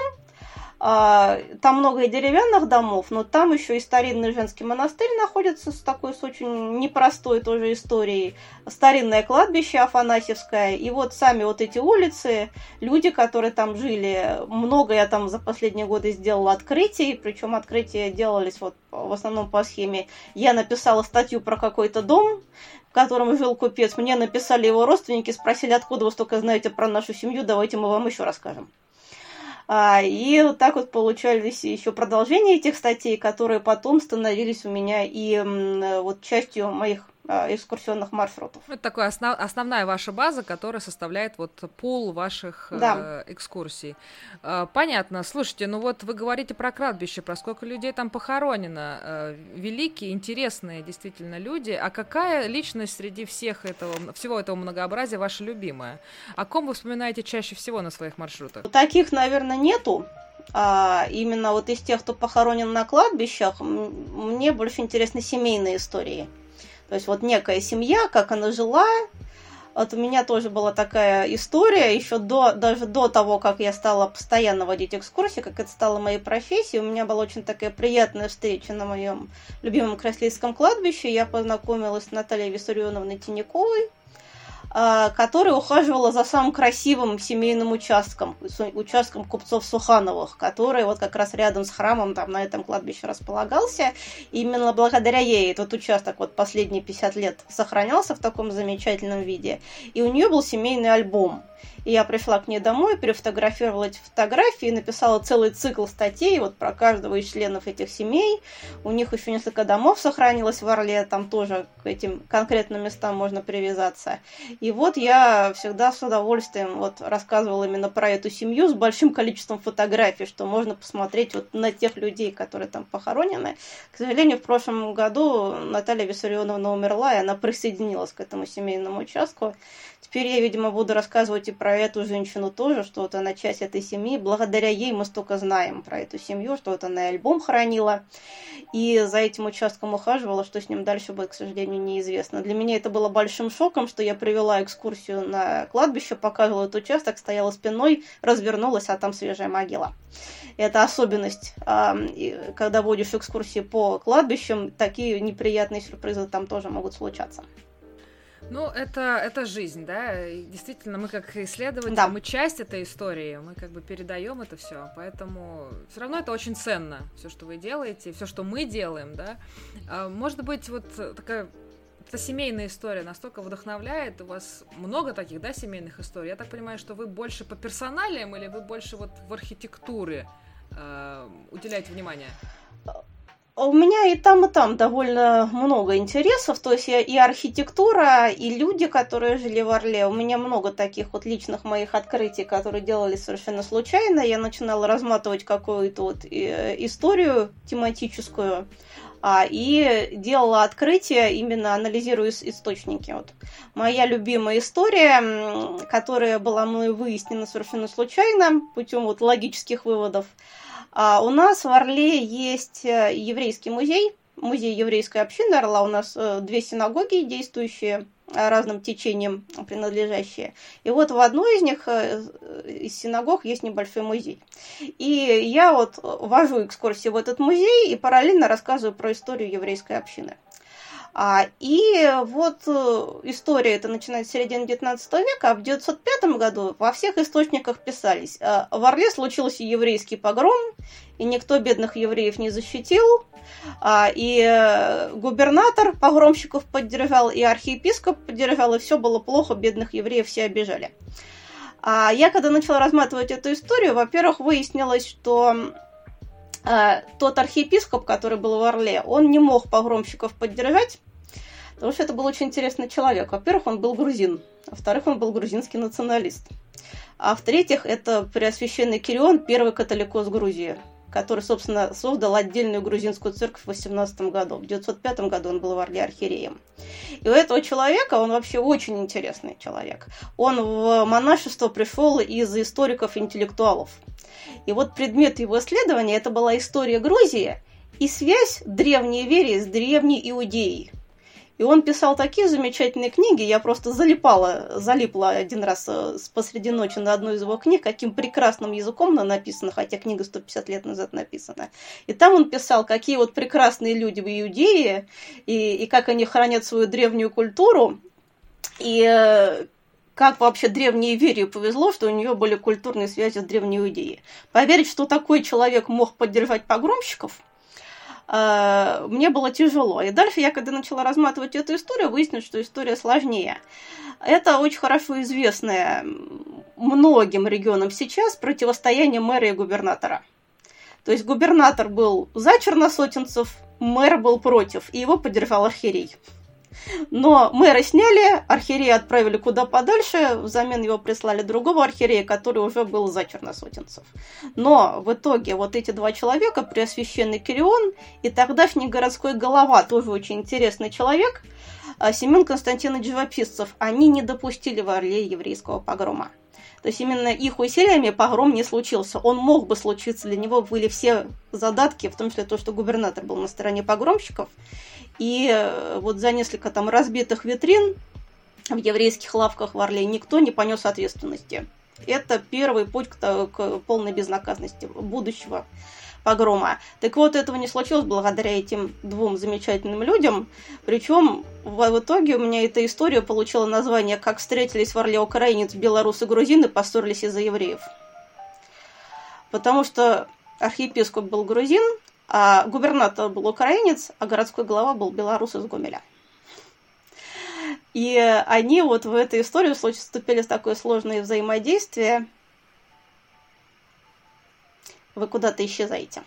Там много и деревянных домов, но там еще и старинный женский монастырь находится с очень непростой тоже историей. Старинное кладбище Афанасьевское. И вот сами вот эти улицы, люди, которые там жили, много я там за последние годы сделала открытий, причем открытия делались вот в основном по схеме. Я написала статью про какой-то дом, в котором жил купец. Мне написали его родственники, спросили, откуда вы столько знаете про нашу семью, давайте мы вам еще расскажем. И вот так вот получались еще продолжения этих статей, которые потом становились у меня и вот частью моих экскурсионных маршрутов. Это такая основная ваша база, которая составляет вот пул ваших экскурсий. Понятно. Слушайте, ну вот вы говорите про кладбище, про сколько людей там похоронено. Великие, интересные действительно люди. А какая личность среди всего этого многообразия ваша любимая? О ком вы вспоминаете чаще всего на своих маршрутах? Таких, наверное, нету. Именно вот из тех, кто похоронен на кладбищах, мне больше интересны семейные истории. То есть вот некая семья, как она жила. Вот у меня тоже была такая история, еще даже до того, как я стала постоянно водить экскурсии, как это стало моей профессией. У меня была очень такая приятная встреча на моем любимом Красильском кладбище. Я познакомилась с Натальей Виссарионовной Тиняковой, которая ухаживала за самым красивым семейным участком купцов Сухановых, который вот как раз рядом с храмом там на этом кладбище располагался. И именно благодаря ей этот участок вот последние 50 лет сохранялся в таком замечательном виде. И у нее был семейный альбом. И я пришла к ней домой, перефотографировала эти фотографии, написала целый цикл статей вот про каждого из членов этих семей. У них еще несколько домов сохранилось в Орле, там тоже к этим конкретным местам можно привязаться. И вот я всегда с удовольствием вот рассказывала именно про эту семью с большим количеством фотографий, что можно посмотреть вот на тех людей, которые там похоронены. К сожалению, в прошлом году Наталья Виссарионовна умерла, и она присоединилась к этому семейному участку. Теперь я, видимо, буду рассказывать и про эту женщину тоже, что вот она часть этой семьи. Благодаря ей мы столько знаем про эту семью, что вот она альбом хранила. И за этим участком ухаживала, что с ним дальше будет, к сожалению, неизвестно. Для меня это было большим шоком, что я провела экскурсию на кладбище, показывала этот участок, стояла спиной, развернулась, а там свежая могила. Это особенность, когда водишь экскурсии по кладбищам, такие неприятные сюрпризы там тоже могут случаться. Ну, это жизнь, да, и действительно, мы как исследователи, Да. мы часть этой истории, мы как бы передаем это все, поэтому все равно это очень ценно, все, что вы делаете, все, что мы делаем, да. Может быть, вот такая эта семейная история настолько вдохновляет, у вас много таких, да, семейных историй. Я так понимаю, что вы больше по персоналиям или вы больше вот в архитектуре уделяете внимание? У меня и там довольно много интересов, то есть и архитектура, и люди, которые жили в Орле. У меня много таких вот личных моих открытий, которые делались совершенно случайно. Я начинала разматывать какую-то вот историю тематическую, и делала открытия, именно анализируя источники. Вот. Моя любимая история, которая была мной выяснена совершенно случайно, путем вот логических выводов. У нас в Орле есть еврейский музей, музей еврейской общины Орла. У нас 2 синагоги действующие, разным течениям принадлежащие. И вот в одной из них, из синагог, есть небольшой музей. И я вот вожу экскурсии в этот музей и параллельно рассказываю про историю еврейской общины. И вот история эта начинается с середины 19 века, а в 1905 году во всех источниках писались: в Орле случился еврейский погром, и никто бедных евреев не защитил, и губернатор погромщиков поддержал, и архиепископ поддержал, и все было плохо, бедных евреев все обижали. Я когда начала разматывать эту историю, во-первых, выяснилось, что тот архиепископ, который был в Орле, он не мог погромщиков поддержать, потому что это был очень интересный человек. Во-первых, он был грузин, во-вторых, он был грузинский националист, а в-третьих, это преосвященный Кирион, первый католикос Грузии, который, собственно, создал отдельную грузинскую церковь в 18 году. В 1905 году он был в Орле архиереем. И у этого человека, он вообще очень интересный человек. Он в монашество пришел из историков-интеллектуалов. И вот предмет его исследования – это была история Грузии и связь древней веры с древней Иудеей. И он писал такие замечательные книги, я просто залипла один раз посреди ночи на одну из его книг, каким прекрасным языком она написана, хотя книга 150 лет назад написана. И там он писал, какие вот прекрасные люди в Иудее, и как они хранят свою древнюю культуру, и как вообще древней Вере повезло, что у нее были культурные связи с древней Иудеей. Поверить, что такой человек мог поддержать погромщиков, мне было тяжело. И дальше я, когда начала разматывать эту историю, выяснилось, что история сложнее. Это очень хорошо известное многим регионам сейчас противостояние мэра и губернатора. То есть губернатор был за черносотенцев, мэр был против, и его поддержал архиерей. Но мэра сняли, архиерея отправили куда подальше, взамен его прислали другого архиерея, который уже был за черносотенцев. Но в итоге вот эти 2 человека, преосвященный Кирион и тогдашний городской голова, тоже очень интересный человек, Семен Константинович Живописцев, они не допустили в Орле еврейского погрома. То есть именно их усилиями погром не случился. Он мог бы случиться, для него были все задатки, в том числе то, что губернатор был на стороне погромщиков. И вот за несколько там разбитых витрин в еврейских лавках в Орле никто не понес ответственности. Это первый путь к полной безнаказанности будущего погрома. Так вот, этого не случилось благодаря этим 2 замечательным людям. Причем в итоге у меня эта история получила название «Как встретились в Орле украинец, белорус и грузин и поссорились из-за евреев». Потому что архиепископ был грузин, а губернатор был украинец, а городской глава был белорус из Гомеля. И они вот в этой истории вступили в такое сложное взаимодействие. Вы куда-то исчезаете.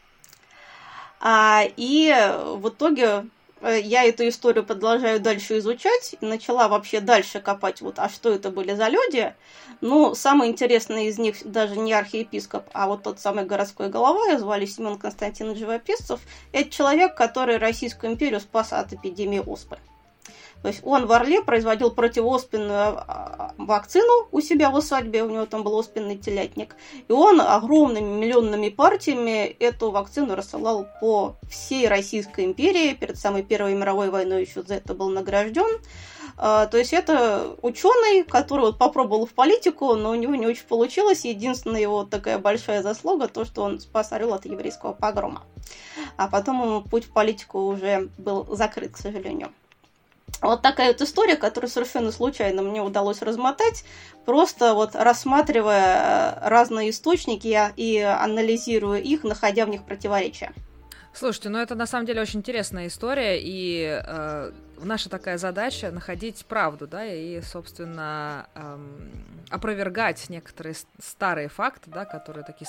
И в итоге я эту историю продолжаю дальше изучать, и начала вообще дальше копать, вот, а что это были за люди. Ну, самый интересный из них даже не архиепископ, а вот тот самый городской голова, его звали Семен Константинович Живописцев. Это человек, который Российскую империю спас от эпидемии оспы. То есть он в Орле производил противооспенную вакцину у себя в усадьбе, у него там был оспенный телятник, и он огромными миллионными партиями эту вакцину рассылал по всей Российской империи. Перед самой Первой мировой войной еще за это был награжден. То есть это ученый, который вот попробовал в политику, но у него не очень получилось. Единственная его такая большая заслуга то, что он спас Орел от еврейского погрома. А потом ему путь в политику уже был закрыт, к сожалению. Вот такая вот история, которую совершенно случайно мне удалось размотать, просто вот рассматривая разные источники и анализируя их, находя в них противоречия. Слушайте, ну это на самом деле очень интересная история, и наша такая задача находить правду, да, и, собственно, опровергать некоторые старые факты, да, которые такие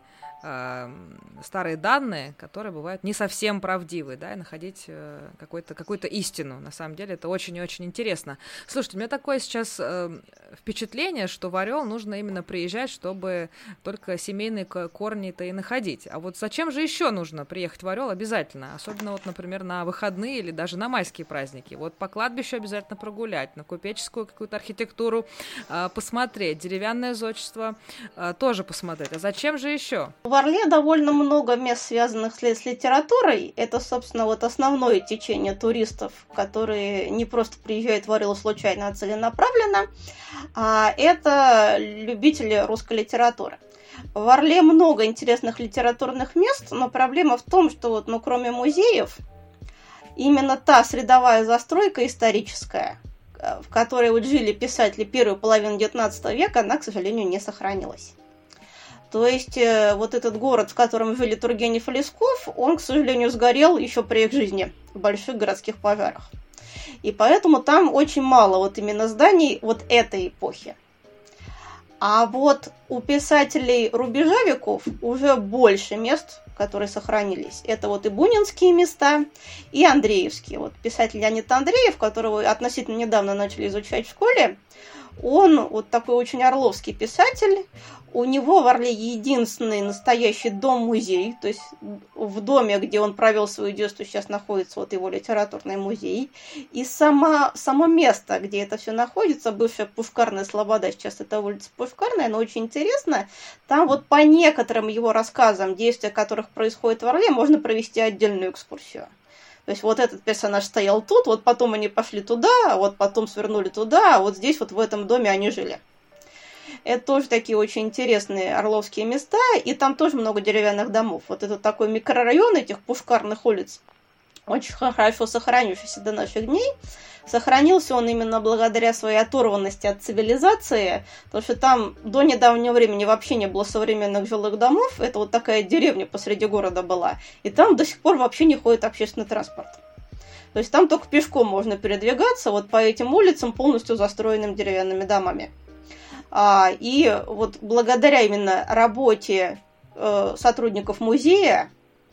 старые данные, которые бывают не совсем правдивы, да, и находить какую-то истину. На самом деле это очень и очень интересно. Слушайте, у меня такое сейчас впечатление, что в Орел нужно именно приезжать, чтобы только семейные корни-то и находить. А вот зачем же еще нужно приехать в Орел обязательно? Особенно вот, например, на выходные или даже на майские праздники. Вот по кладбищу обязательно прогулять, на купеческую какую-то архитектуру посмотреть, деревянное зодчество тоже посмотреть. А зачем же еще? В Орле довольно много мест, связанных с литературой. Это, собственно, вот основное течение туристов, которые не просто приезжают в Орел случайно, а целенаправленно. А это любители русской литературы. В Орле много интересных литературных мест, но проблема в том, что вот, ну, кроме музеев, именно та средовая застройка историческая, в которой вот жили писатели первой половины XIX века, она, к сожалению, не сохранилась. То есть вот этот город, в котором жили Тургенев и Лесков, он, к сожалению, сгорел еще при их жизни в больших городских пожарах. И поэтому там очень мало вот именно зданий вот этой эпохи. А вот у писателей рубежа веков уже больше мест, которые сохранились. Это вот и бунинские места, и андреевские. Вот писатель Леонид Андреев, которого относительно недавно начали изучать в школе, он вот такой очень орловский писатель. У него в Орле единственный настоящий дом-музей, то есть в доме, где он провел свое детство, сейчас находится вот его литературный музей. И само место, где это все находится, бывшая Пушкарная Слобода, сейчас это улица Пушкарная, но очень интересно. Там вот по некоторым его рассказам, действия которых происходят в Орле, можно провести отдельную экскурсию. То есть вот этот персонаж стоял тут, вот потом они пошли туда, а вот потом свернули туда, а вот здесь вот в этом доме они жили. Это тоже такие очень интересные орловские места, и там тоже много деревянных домов. Вот это такой микрорайон этих пушкарных улиц, очень хорошо сохранившийся до наших дней. Сохранился он именно благодаря своей оторванности от цивилизации, потому что там до недавнего времени вообще не было современных жилых домов. Это вот такая деревня посреди города была. И там до сих пор вообще не ходит общественный транспорт. То есть там только пешком можно передвигаться вот по этим улицам, полностью застроенным деревянными домами. И вот благодаря именно работе сотрудников музея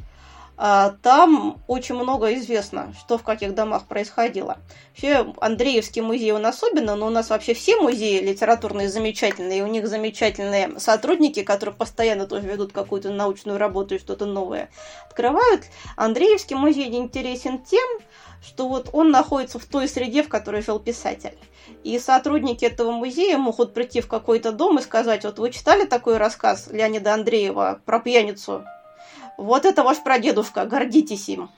там очень много известно, что в каких домах происходило. Вообще, Андреевский музей он особенно, но у нас вообще все музеи литературные замечательные, и у них замечательные сотрудники, которые постоянно тоже ведут какую-то научную работу и что-то новое открывают. Андреевский музей интересен тем, что вот он находится в той среде, в которой жил писатель. И сотрудники этого музея могут прийти в какой-то дом и сказать: вот вы читали такой рассказ Леонида Андреева про пьяницу? Вот это ваш прадедушка, гордитесь им.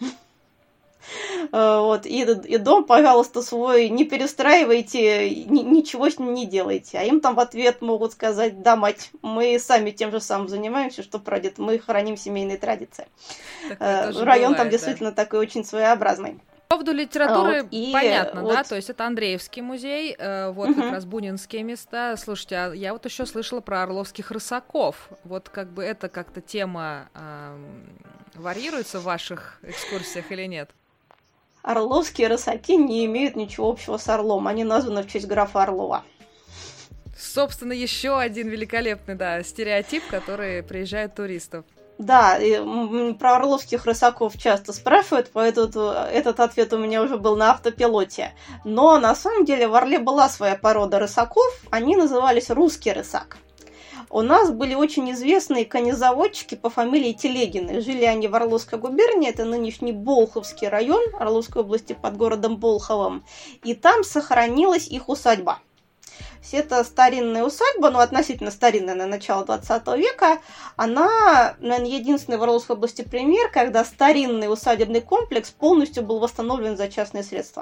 Вот. И дом, пожалуйста, свой не перестраивайте, ничего с ним не делайте. А им там в ответ могут сказать: да, мать, мы сами тем же самым занимаемся, что прадед, мы храним семейные традиции. Район там действительно такой очень своеобразный. По поводу литературы понятно, да, то есть это Андреевский музей, вот как раз бунинские места. Слушайте, а я вот еще слышала про орловских рысаков. Вот как бы это как-то тема варьируется в ваших экскурсиях или нет? Орловские рысаки не имеют ничего общего с Орлом, они названы в честь графа Орлова. Собственно, еще один великолепный, да, стереотип, который приезжает туристов. Да, про орловских рысаков часто спрашивают, поэтому этот ответ у меня уже был на автопилоте. Но на самом деле в Орле была своя порода рысаков, они назывались русский рысак. У нас были очень известные конезаводчики по фамилии Телегины. Жили они в Орловской губернии, это нынешний Болховский район Орловской области под городом Болховом. И там сохранилась их усадьба. Это старинная усадьба, относительно старинная, на начало 20 века. Она, наверное, единственный в Орловской области пример, когда старинный усадебный комплекс полностью был восстановлен за частные средства.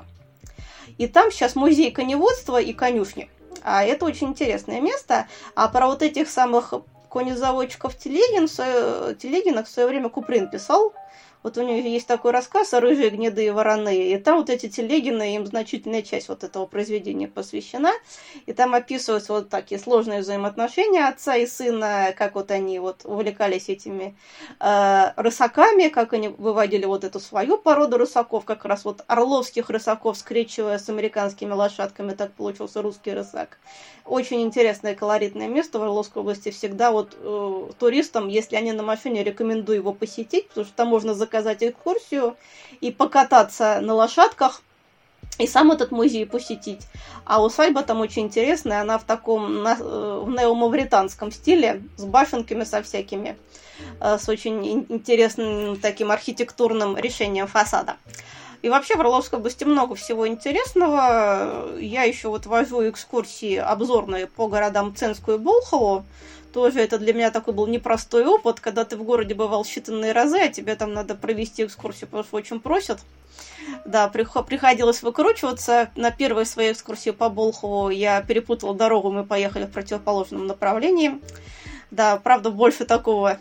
И там сейчас музей коневодства и конюшни. А это очень интересное место. А про вот этих самых конезаводчиков Телегинах в свое время Куприн писал. Вот у него есть такой рассказ «Рыжие, гнедые, вороные». И там вот эти Телегины, им значительная часть вот этого произведения посвящена. И там описываются вот такие сложные взаимоотношения отца и сына, как вот они вот увлекались этими рысаками, как они выводили вот эту свою породу рысаков, как раз вот орловских рысаков, скрещивая с американскими лошадками, так получился русский рысак. Очень интересное колоритное место в Орловской области. Всегда вот туристам, если они на машине, рекомендую его посетить, потому что там можно заказать экскурсию и покататься на лошадках, и сам этот музей посетить. А усадьба там очень интересная, она в таком в неомавританском стиле, с башенками со всякими, с очень интересным таким архитектурным решением фасада. И вообще в Орловской области много всего интересного. Я еще вот вожу экскурсии обзорные по городам Ценску и Болхову. Тоже это для меня такой был непростой опыт, когда ты в городе бывал считанные разы, а тебе там надо провести экскурсию, потому что очень просят. Да, приходилось выкручиваться. На первой своей экскурсии по Болхову я перепутала дорогу, мы поехали в противоположном направлении. Да, правда, больше такого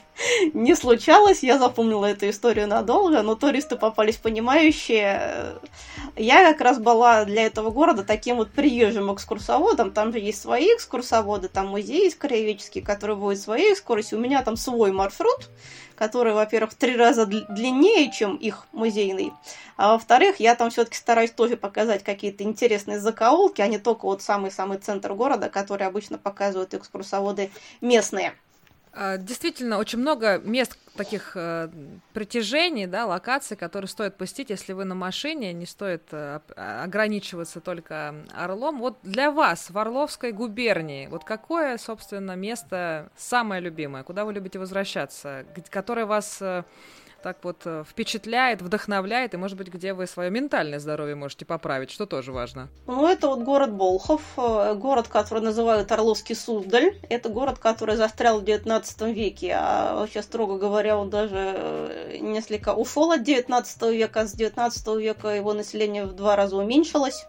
не случалось, я запомнила эту историю надолго, но туристы попались понимающие. Я как раз была для этого города таким вот приезжим экскурсоводом, там же есть свои экскурсоводы, там музей есть краеведческий, который будет свои экскурсии, у меня там свой маршрут, который, во-первых, в 3 раза длиннее, чем их музейный, а во-вторых, я там все-таки стараюсь тоже показать какие-то интересные закоулки, а не только вот самый-самый центр города, который обычно показывают экскурсоводы местные. Действительно, очень много мест таких притяжений, да, локаций, которые стоит посетить, если вы на машине, не стоит ограничиваться только Орлом. Вот для вас в Орловской губернии, вот какое, собственно, место самое любимое, куда вы любите возвращаться, которое вас так вот впечатляет, вдохновляет, и, может быть, где вы свое ментальное здоровье можете поправить, что тоже важно? Это вот город Болхов, город, который называют Орловский Суздаль. Это город, который застрял в 19 веке, а вообще, строго говоря, он даже несколько ушел от 19 века. С 19 века его население в 2 раза уменьшилось.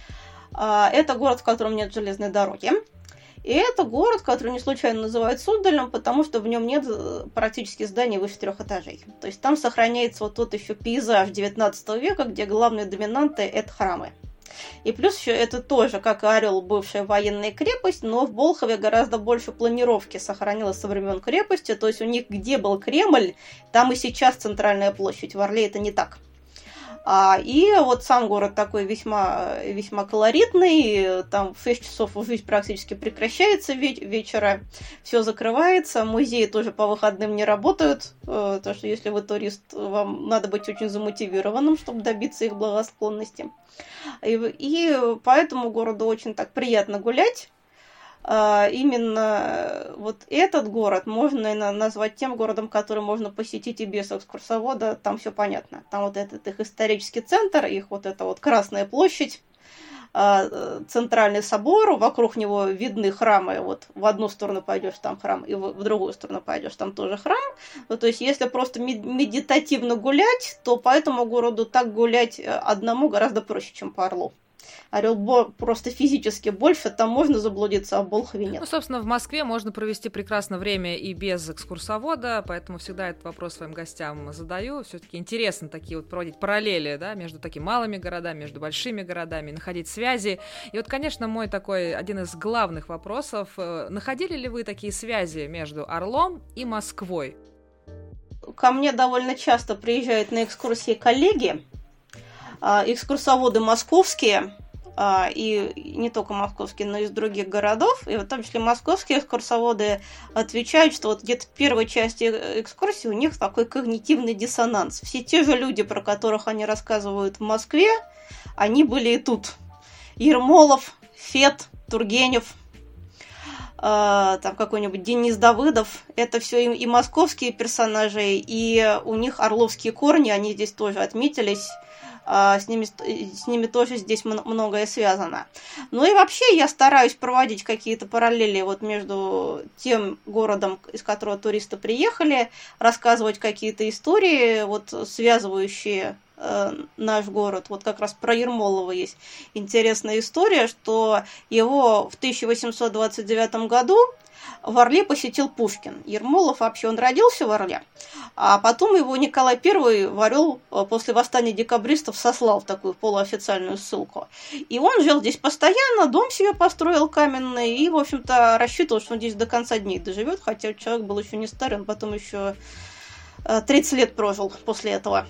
Это город, в котором нет железной дороги. И это город, который не случайно называют Суздалем, потому что в нем нет практически зданий выше 3 этажей. То есть там сохраняется вот тот еще пейзаж 19 века, где главные доминанты – это храмы. И плюс еще это тоже, как и Орел, бывшая военная крепость, но в Болхове гораздо больше планировки сохранилось со времен крепости. То есть у них где был Кремль, там и сейчас центральная площадь. В Орле это не так. И вот сам город такой весьма, весьма колоритный, там в 6 часов жизнь практически прекращается вечера, все закрывается, музеи тоже по выходным не работают, потому что если вы турист, вам надо быть очень замотивированным, чтобы добиться их благосклонности. И поэтому городу очень так приятно гулять. Именно вот этот город можно, наверное, назвать тем городом, который можно посетить и без экскурсовода, там все понятно. Там вот этот их исторический центр, их вот эта вот Красная площадь, центральный собор, вокруг него видны храмы, вот в одну сторону пойдешь, там храм, и в другую сторону пойдешь, там тоже храм. То есть если просто медитативно гулять, то по этому городу так гулять одному гораздо проще, чем по Орлу. Орел просто физически больше, там можно заблудиться, а в Болхове нет. Собственно, в Москве можно провести прекрасное время и без экскурсовода, поэтому всегда этот вопрос своим гостям задаю. Все-таки интересно такие вот проводить параллели, да, между такими малыми городами, между большими городами, находить связи. И вот, конечно, мой такой один из главных вопросов. Находили ли вы такие связи между Орлом и Москвой? Ко мне довольно часто приезжают на экскурсии коллеги, экскурсоводы московские, и не только московские, но и из других городов, и в том числе московские экскурсоводы отвечают, что вот где-то в первой части экскурсии у них такой когнитивный диссонанс. Все те же люди, про которых они рассказывают в Москве, они были и тут. Ермолов, Фет, Тургенев. там какой-нибудь Денис Давыдов. Это все и московские персонажи, и у них орловские корни, они здесь тоже отметились. С ними тоже здесь многое связано. Ну и вообще я стараюсь проводить какие-то параллели вот между тем городом, из которого туристы приехали, рассказывать какие-то истории, вот связывающие наш город. Вот как раз про Ермолова есть интересная история, что его в 1829 году в Орле посетил Пушкин. Ермолов вообще, он родился в Орле, а потом его Николай I в Орел после восстания декабристов сослал в такую полуофициальную ссылку. И он жил здесь постоянно, дом себе построил каменный и, в общем-то, рассчитывал, что он здесь до конца дней доживет, хотя человек был еще не старый, он потом еще 30 лет прожил после этого.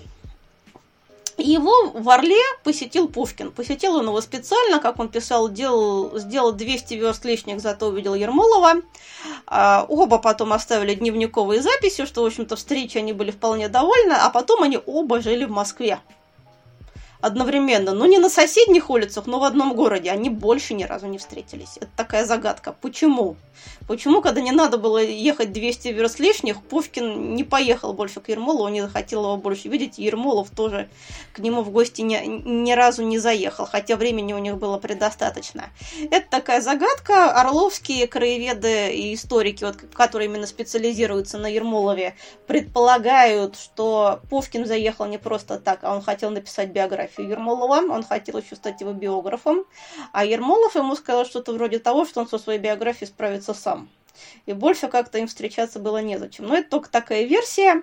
И его в Орле посетил Пушкин. Посетил он его специально, как он писал, сделал 200 верст лишних, зато увидел Ермолова. Оба потом оставили дневниковые записи, что, в общем-то, встречи они были вполне довольны, а потом они оба жили в Москве. Одновременно, но не на соседних улицах, но в одном городе. Они больше ни разу не встретились. Это такая загадка. Почему? Почему, когда не надо было ехать 200 верст лишних, Пушкин не поехал больше к Ермолову, не захотел его больше видеть, и Ермолов тоже к нему в гости ни разу не заехал, хотя времени у них было предостаточно. Это такая загадка. Орловские краеведы и историки, вот, которые именно специализируются на Ермолове, предполагают, что Пушкин заехал не просто так, а он хотел написать биографию Ермолова, он хотел еще стать его биографом, а Ермолов ему сказал что-то вроде того, что он со своей биографией справится сам. И больше как-то им встречаться было незачем. Но это только такая версия.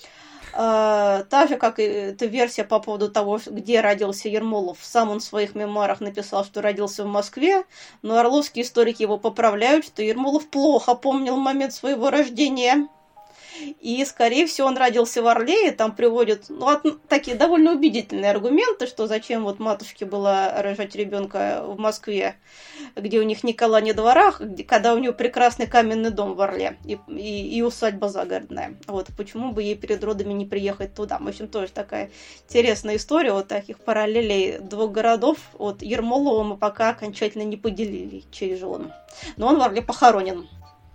Та же, как и эта версия по поводу того, где родился Ермолов. Сам он в своих мемуарах написал, что родился в Москве, но орловские историки его поправляют, что Ермолов плохо помнил момент своего рождения. И, скорее всего, он родился в Орле, и там приводят такие довольно убедительные аргументы, что зачем вот матушке было рожать ребенка в Москве, где у них ни кола, ни двора, когда у нее прекрасный каменный дом в Орле и усадьба загородная. Вот почему бы ей перед родами не приехать туда. В общем, тоже такая интересная история вот таких параллелей двух городов. Вот Ермолова мы пока окончательно не поделили, чей же он. Но он в Орле похоронен.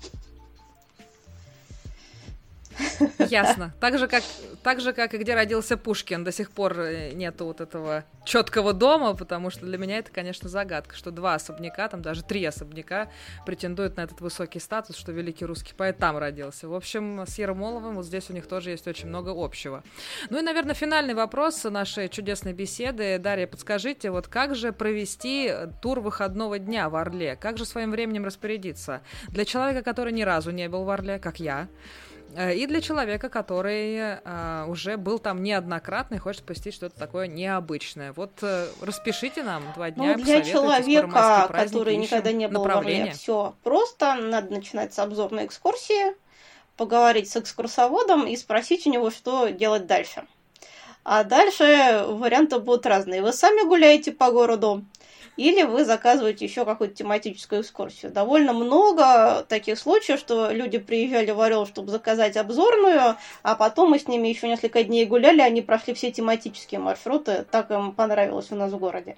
Ясно. Так же, как и где родился Пушкин, до сих пор нету вот этого четкого дома, потому что для меня это, конечно, загадка, что 2 особняка, там даже 3 особняка претендуют на этот высокий статус, что великий русский поэт там родился. В общем, с Ермоловым вот здесь у них тоже есть очень много общего. Ну и, наверное, финальный вопрос нашей чудесной беседы. Дарья, подскажите, вот как же провести тур выходного дня в Орле? Как же своим временем распорядиться? Для человека, который ни разу не был в Орле, как я, и для человека, который уже был там неоднократно и хочет посетить что-то такое необычное. Вот распишите нам 2 дня. Для человека, который никогда не был в Орле, все просто. Надо начинать с обзорной экскурсии, поговорить с экскурсоводом и спросить у него, что делать дальше. А дальше варианты будут разные. Вы сами гуляете по городу, или вы заказываете еще какую-то тематическую экскурсию. Довольно много таких случаев, что люди приезжали в Орел, чтобы заказать обзорную, а потом мы с ними еще несколько дней гуляли, они прошли все тематические маршруты, так им понравилось у нас в городе.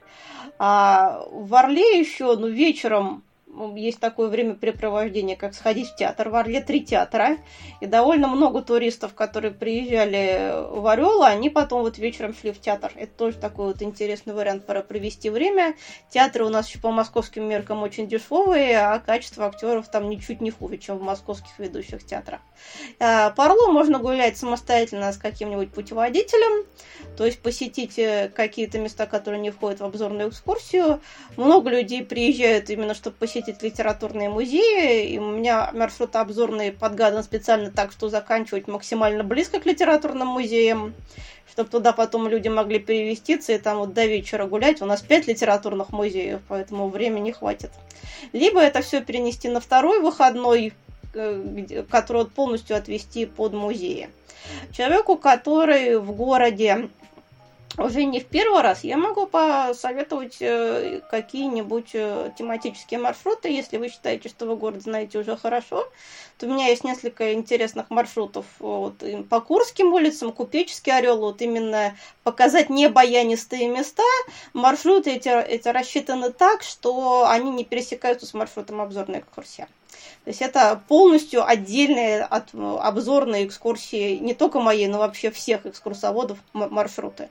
А в Орле еще, вечером есть такое времяпрепровождение, как сходить в театр. В Орле 3 театра. И довольно много туристов, которые приезжали в Орел, они потом вот вечером шли в театр. Это тоже такой вот интересный вариант провести время. Театры у нас еще по московским меркам очень дешевые, а качество актеров там ничуть не хуже, чем в московских ведущих театрах. По Орлу можно гулять самостоятельно с каким-нибудь путеводителем, то есть посетить какие-то места, которые не входят в обзорную экскурсию. Много людей приезжают именно, чтобы посетить литературные музеи, и у меня маршрут обзорный подгадан специально так, что заканчивать максимально близко к литературным музеям, чтобы туда потом люди могли переместиться и там вот до вечера гулять. У нас 5 литературных музеев, поэтому времени хватит. Либо это все перенести на второй выходной, который полностью отвести под музеи. Человеку, который в городе уже не в первый раз, я могу посоветовать какие-нибудь тематические маршруты. Если вы считаете, что вы город знаете уже хорошо, то у меня есть несколько интересных маршрутов вот, по Курским улицам, Купеческий Орел, вот именно показать небаянистые места. Маршруты эти рассчитаны так, что они не пересекаются с маршрутом обзорной экскурсии. То есть это полностью отдельные обзорные экскурсии не только моей, но вообще всех экскурсоводов маршруты.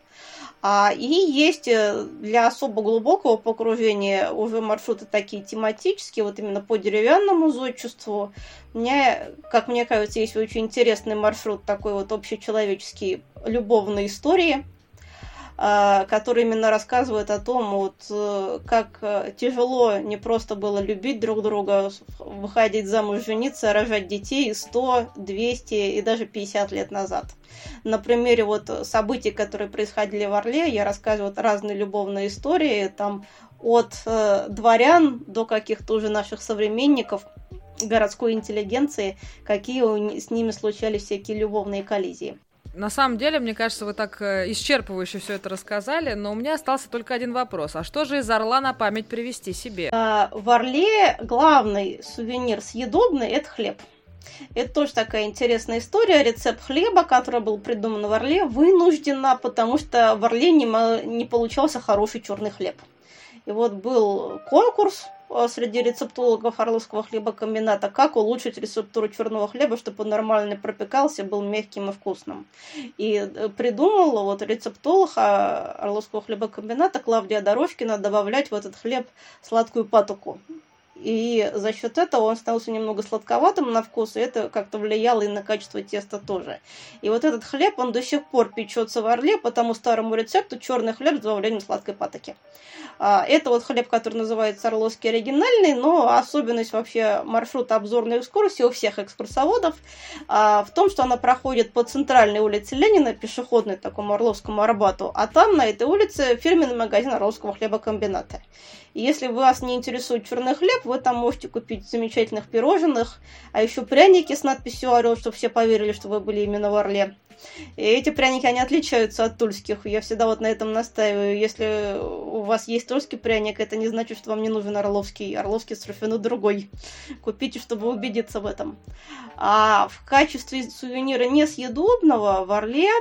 И есть для особо глубокого погружения уже маршруты такие тематические, вот именно по деревянному зодчеству. У меня, как мне кажется, есть очень интересный маршрут такой вот общечеловеческий любовной истории, который именно рассказывает о том, вот, как тяжело не просто было любить друг друга, выходить замуж, жениться, рожать детей 100, 200 и даже 50 лет назад. На примере вот событий, которые происходили в Орле, я рассказываю разные любовные истории, там от дворян до каких-то уже наших современников, городской интеллигенции, какие с ними случались всякие любовные коллизии. На самом деле, мне кажется, вы так исчерпывающе все это рассказали, но у меня остался только один вопрос. А что же из Орла на память привезти себе? В Орле главный сувенир съедобный – это хлеб. Это тоже такая интересная история. Рецепт хлеба, который был придуман в Орле, вынужденно, потому что в Орле не получался хороший черный хлеб. И вот был конкурс среди рецептологов Орловского хлебокомбината, как улучшить рецептуру черного хлеба, чтобы он нормально пропекался, был мягким и вкусным. И придумал вот рецептолог Орловского хлебокомбината Клавдия Дорожкина добавлять в этот хлеб сладкую патоку. И за счет этого он становился немного сладковатым на вкус, и это как-то влияло и на качество теста тоже. И вот этот хлеб, он до сих пор печется в Орле по тому старому рецепту черный хлеб с добавлением сладкой патоки. Это вот хлеб, который называется орловский оригинальный, но особенность вообще маршрута обзорной экскурсии у всех экскурсоводов в том, что она проходит по центральной улице Ленина, пешеходной такому Орловскому Арбату, а там на этой улице фирменный магазин Орловского хлебокомбината. И если вас не интересует черный хлеб, вы там можете купить замечательных пирожных, а еще пряники с надписью «Орел», чтобы все поверили, что вы были именно в Орле. И эти пряники, они отличаются от тульских. Я всегда вот на этом настаиваю. Если у вас есть тульский пряник, это не значит, что вам не нужен орловский. Орловский совершенно другой. Купите, чтобы убедиться в этом. А в качестве сувенира несъедобного в Орле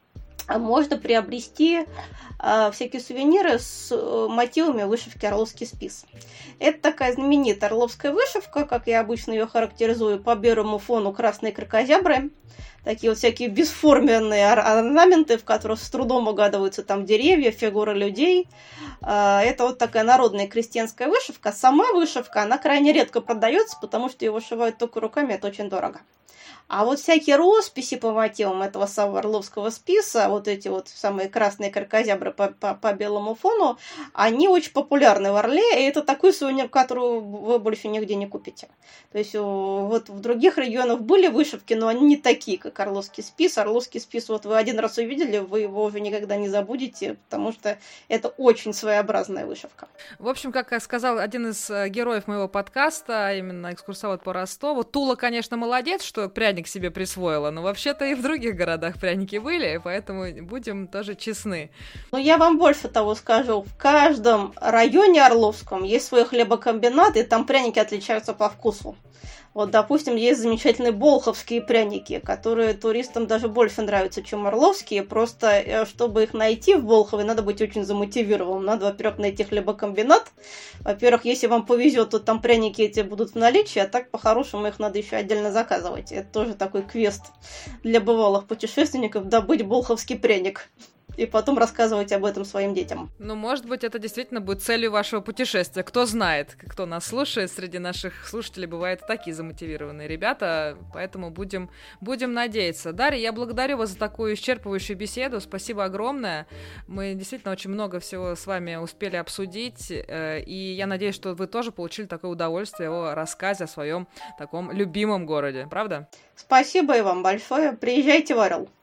можно приобрести всякие сувениры с мотивами вышивки «Орловский спис». Это такая знаменитая орловская вышивка, как я обычно ее характеризую, по белому фону красные кракозябры. Такие вот всякие бесформенные орнаменты, в которых с трудом угадываются там деревья, фигуры людей. Это вот такая народная крестьянская вышивка. Сама вышивка, она крайне редко продается, потому что ее вышивают только руками, это очень дорого. А вот всякие росписи по мотивам этого самого орловского списа, вот эти вот самые красные кракозябры по белому фону, они очень популярны в Орле, и это такой сувенир, который вы больше нигде не купите. То есть вот в других регионах были вышивки, но они не такие, как орловский спис. Орловский спис, вот вы один раз увидели, вы его уже никогда не забудете, потому что это очень своеобразная вышивка. В общем, как сказал один из героев моего подкаста, именно экскурсовод по Ростову, Тула, конечно, молодец, что пряник себе присвоила, но вообще-то и в других городах пряники были, поэтому будем тоже честны. Но я вам больше того скажу. В каждом районе Орловском есть свой хлебокомбинат, и там пряники отличаются по вкусу. Вот, допустим, есть замечательные болховские пряники, которые туристам даже больше нравятся, чем орловские. Просто, чтобы их найти в Болхове, надо быть очень замотивированным. Надо, во-первых, найти хлебокомбинат. Во-первых, если вам повезет, то там пряники эти будут в наличии, а так, по-хорошему, их надо еще отдельно заказывать. Это тоже такой квест для бывалых путешественников – добыть болховский пряник. И потом рассказывать об этом своим детям. Ну, может быть, это действительно будет целью вашего путешествия. Кто знает, кто нас слушает. Среди наших слушателей бывают такие замотивированные ребята, поэтому будем надеяться. Дарья, я благодарю вас за такую исчерпывающую беседу. Спасибо огромное. Мы действительно очень много всего с вами успели обсудить, и я надеюсь, что вы тоже получили такое удовольствие о рассказе о своем таком любимом городе. Правда? Спасибо и вам большое. Приезжайте в Орел.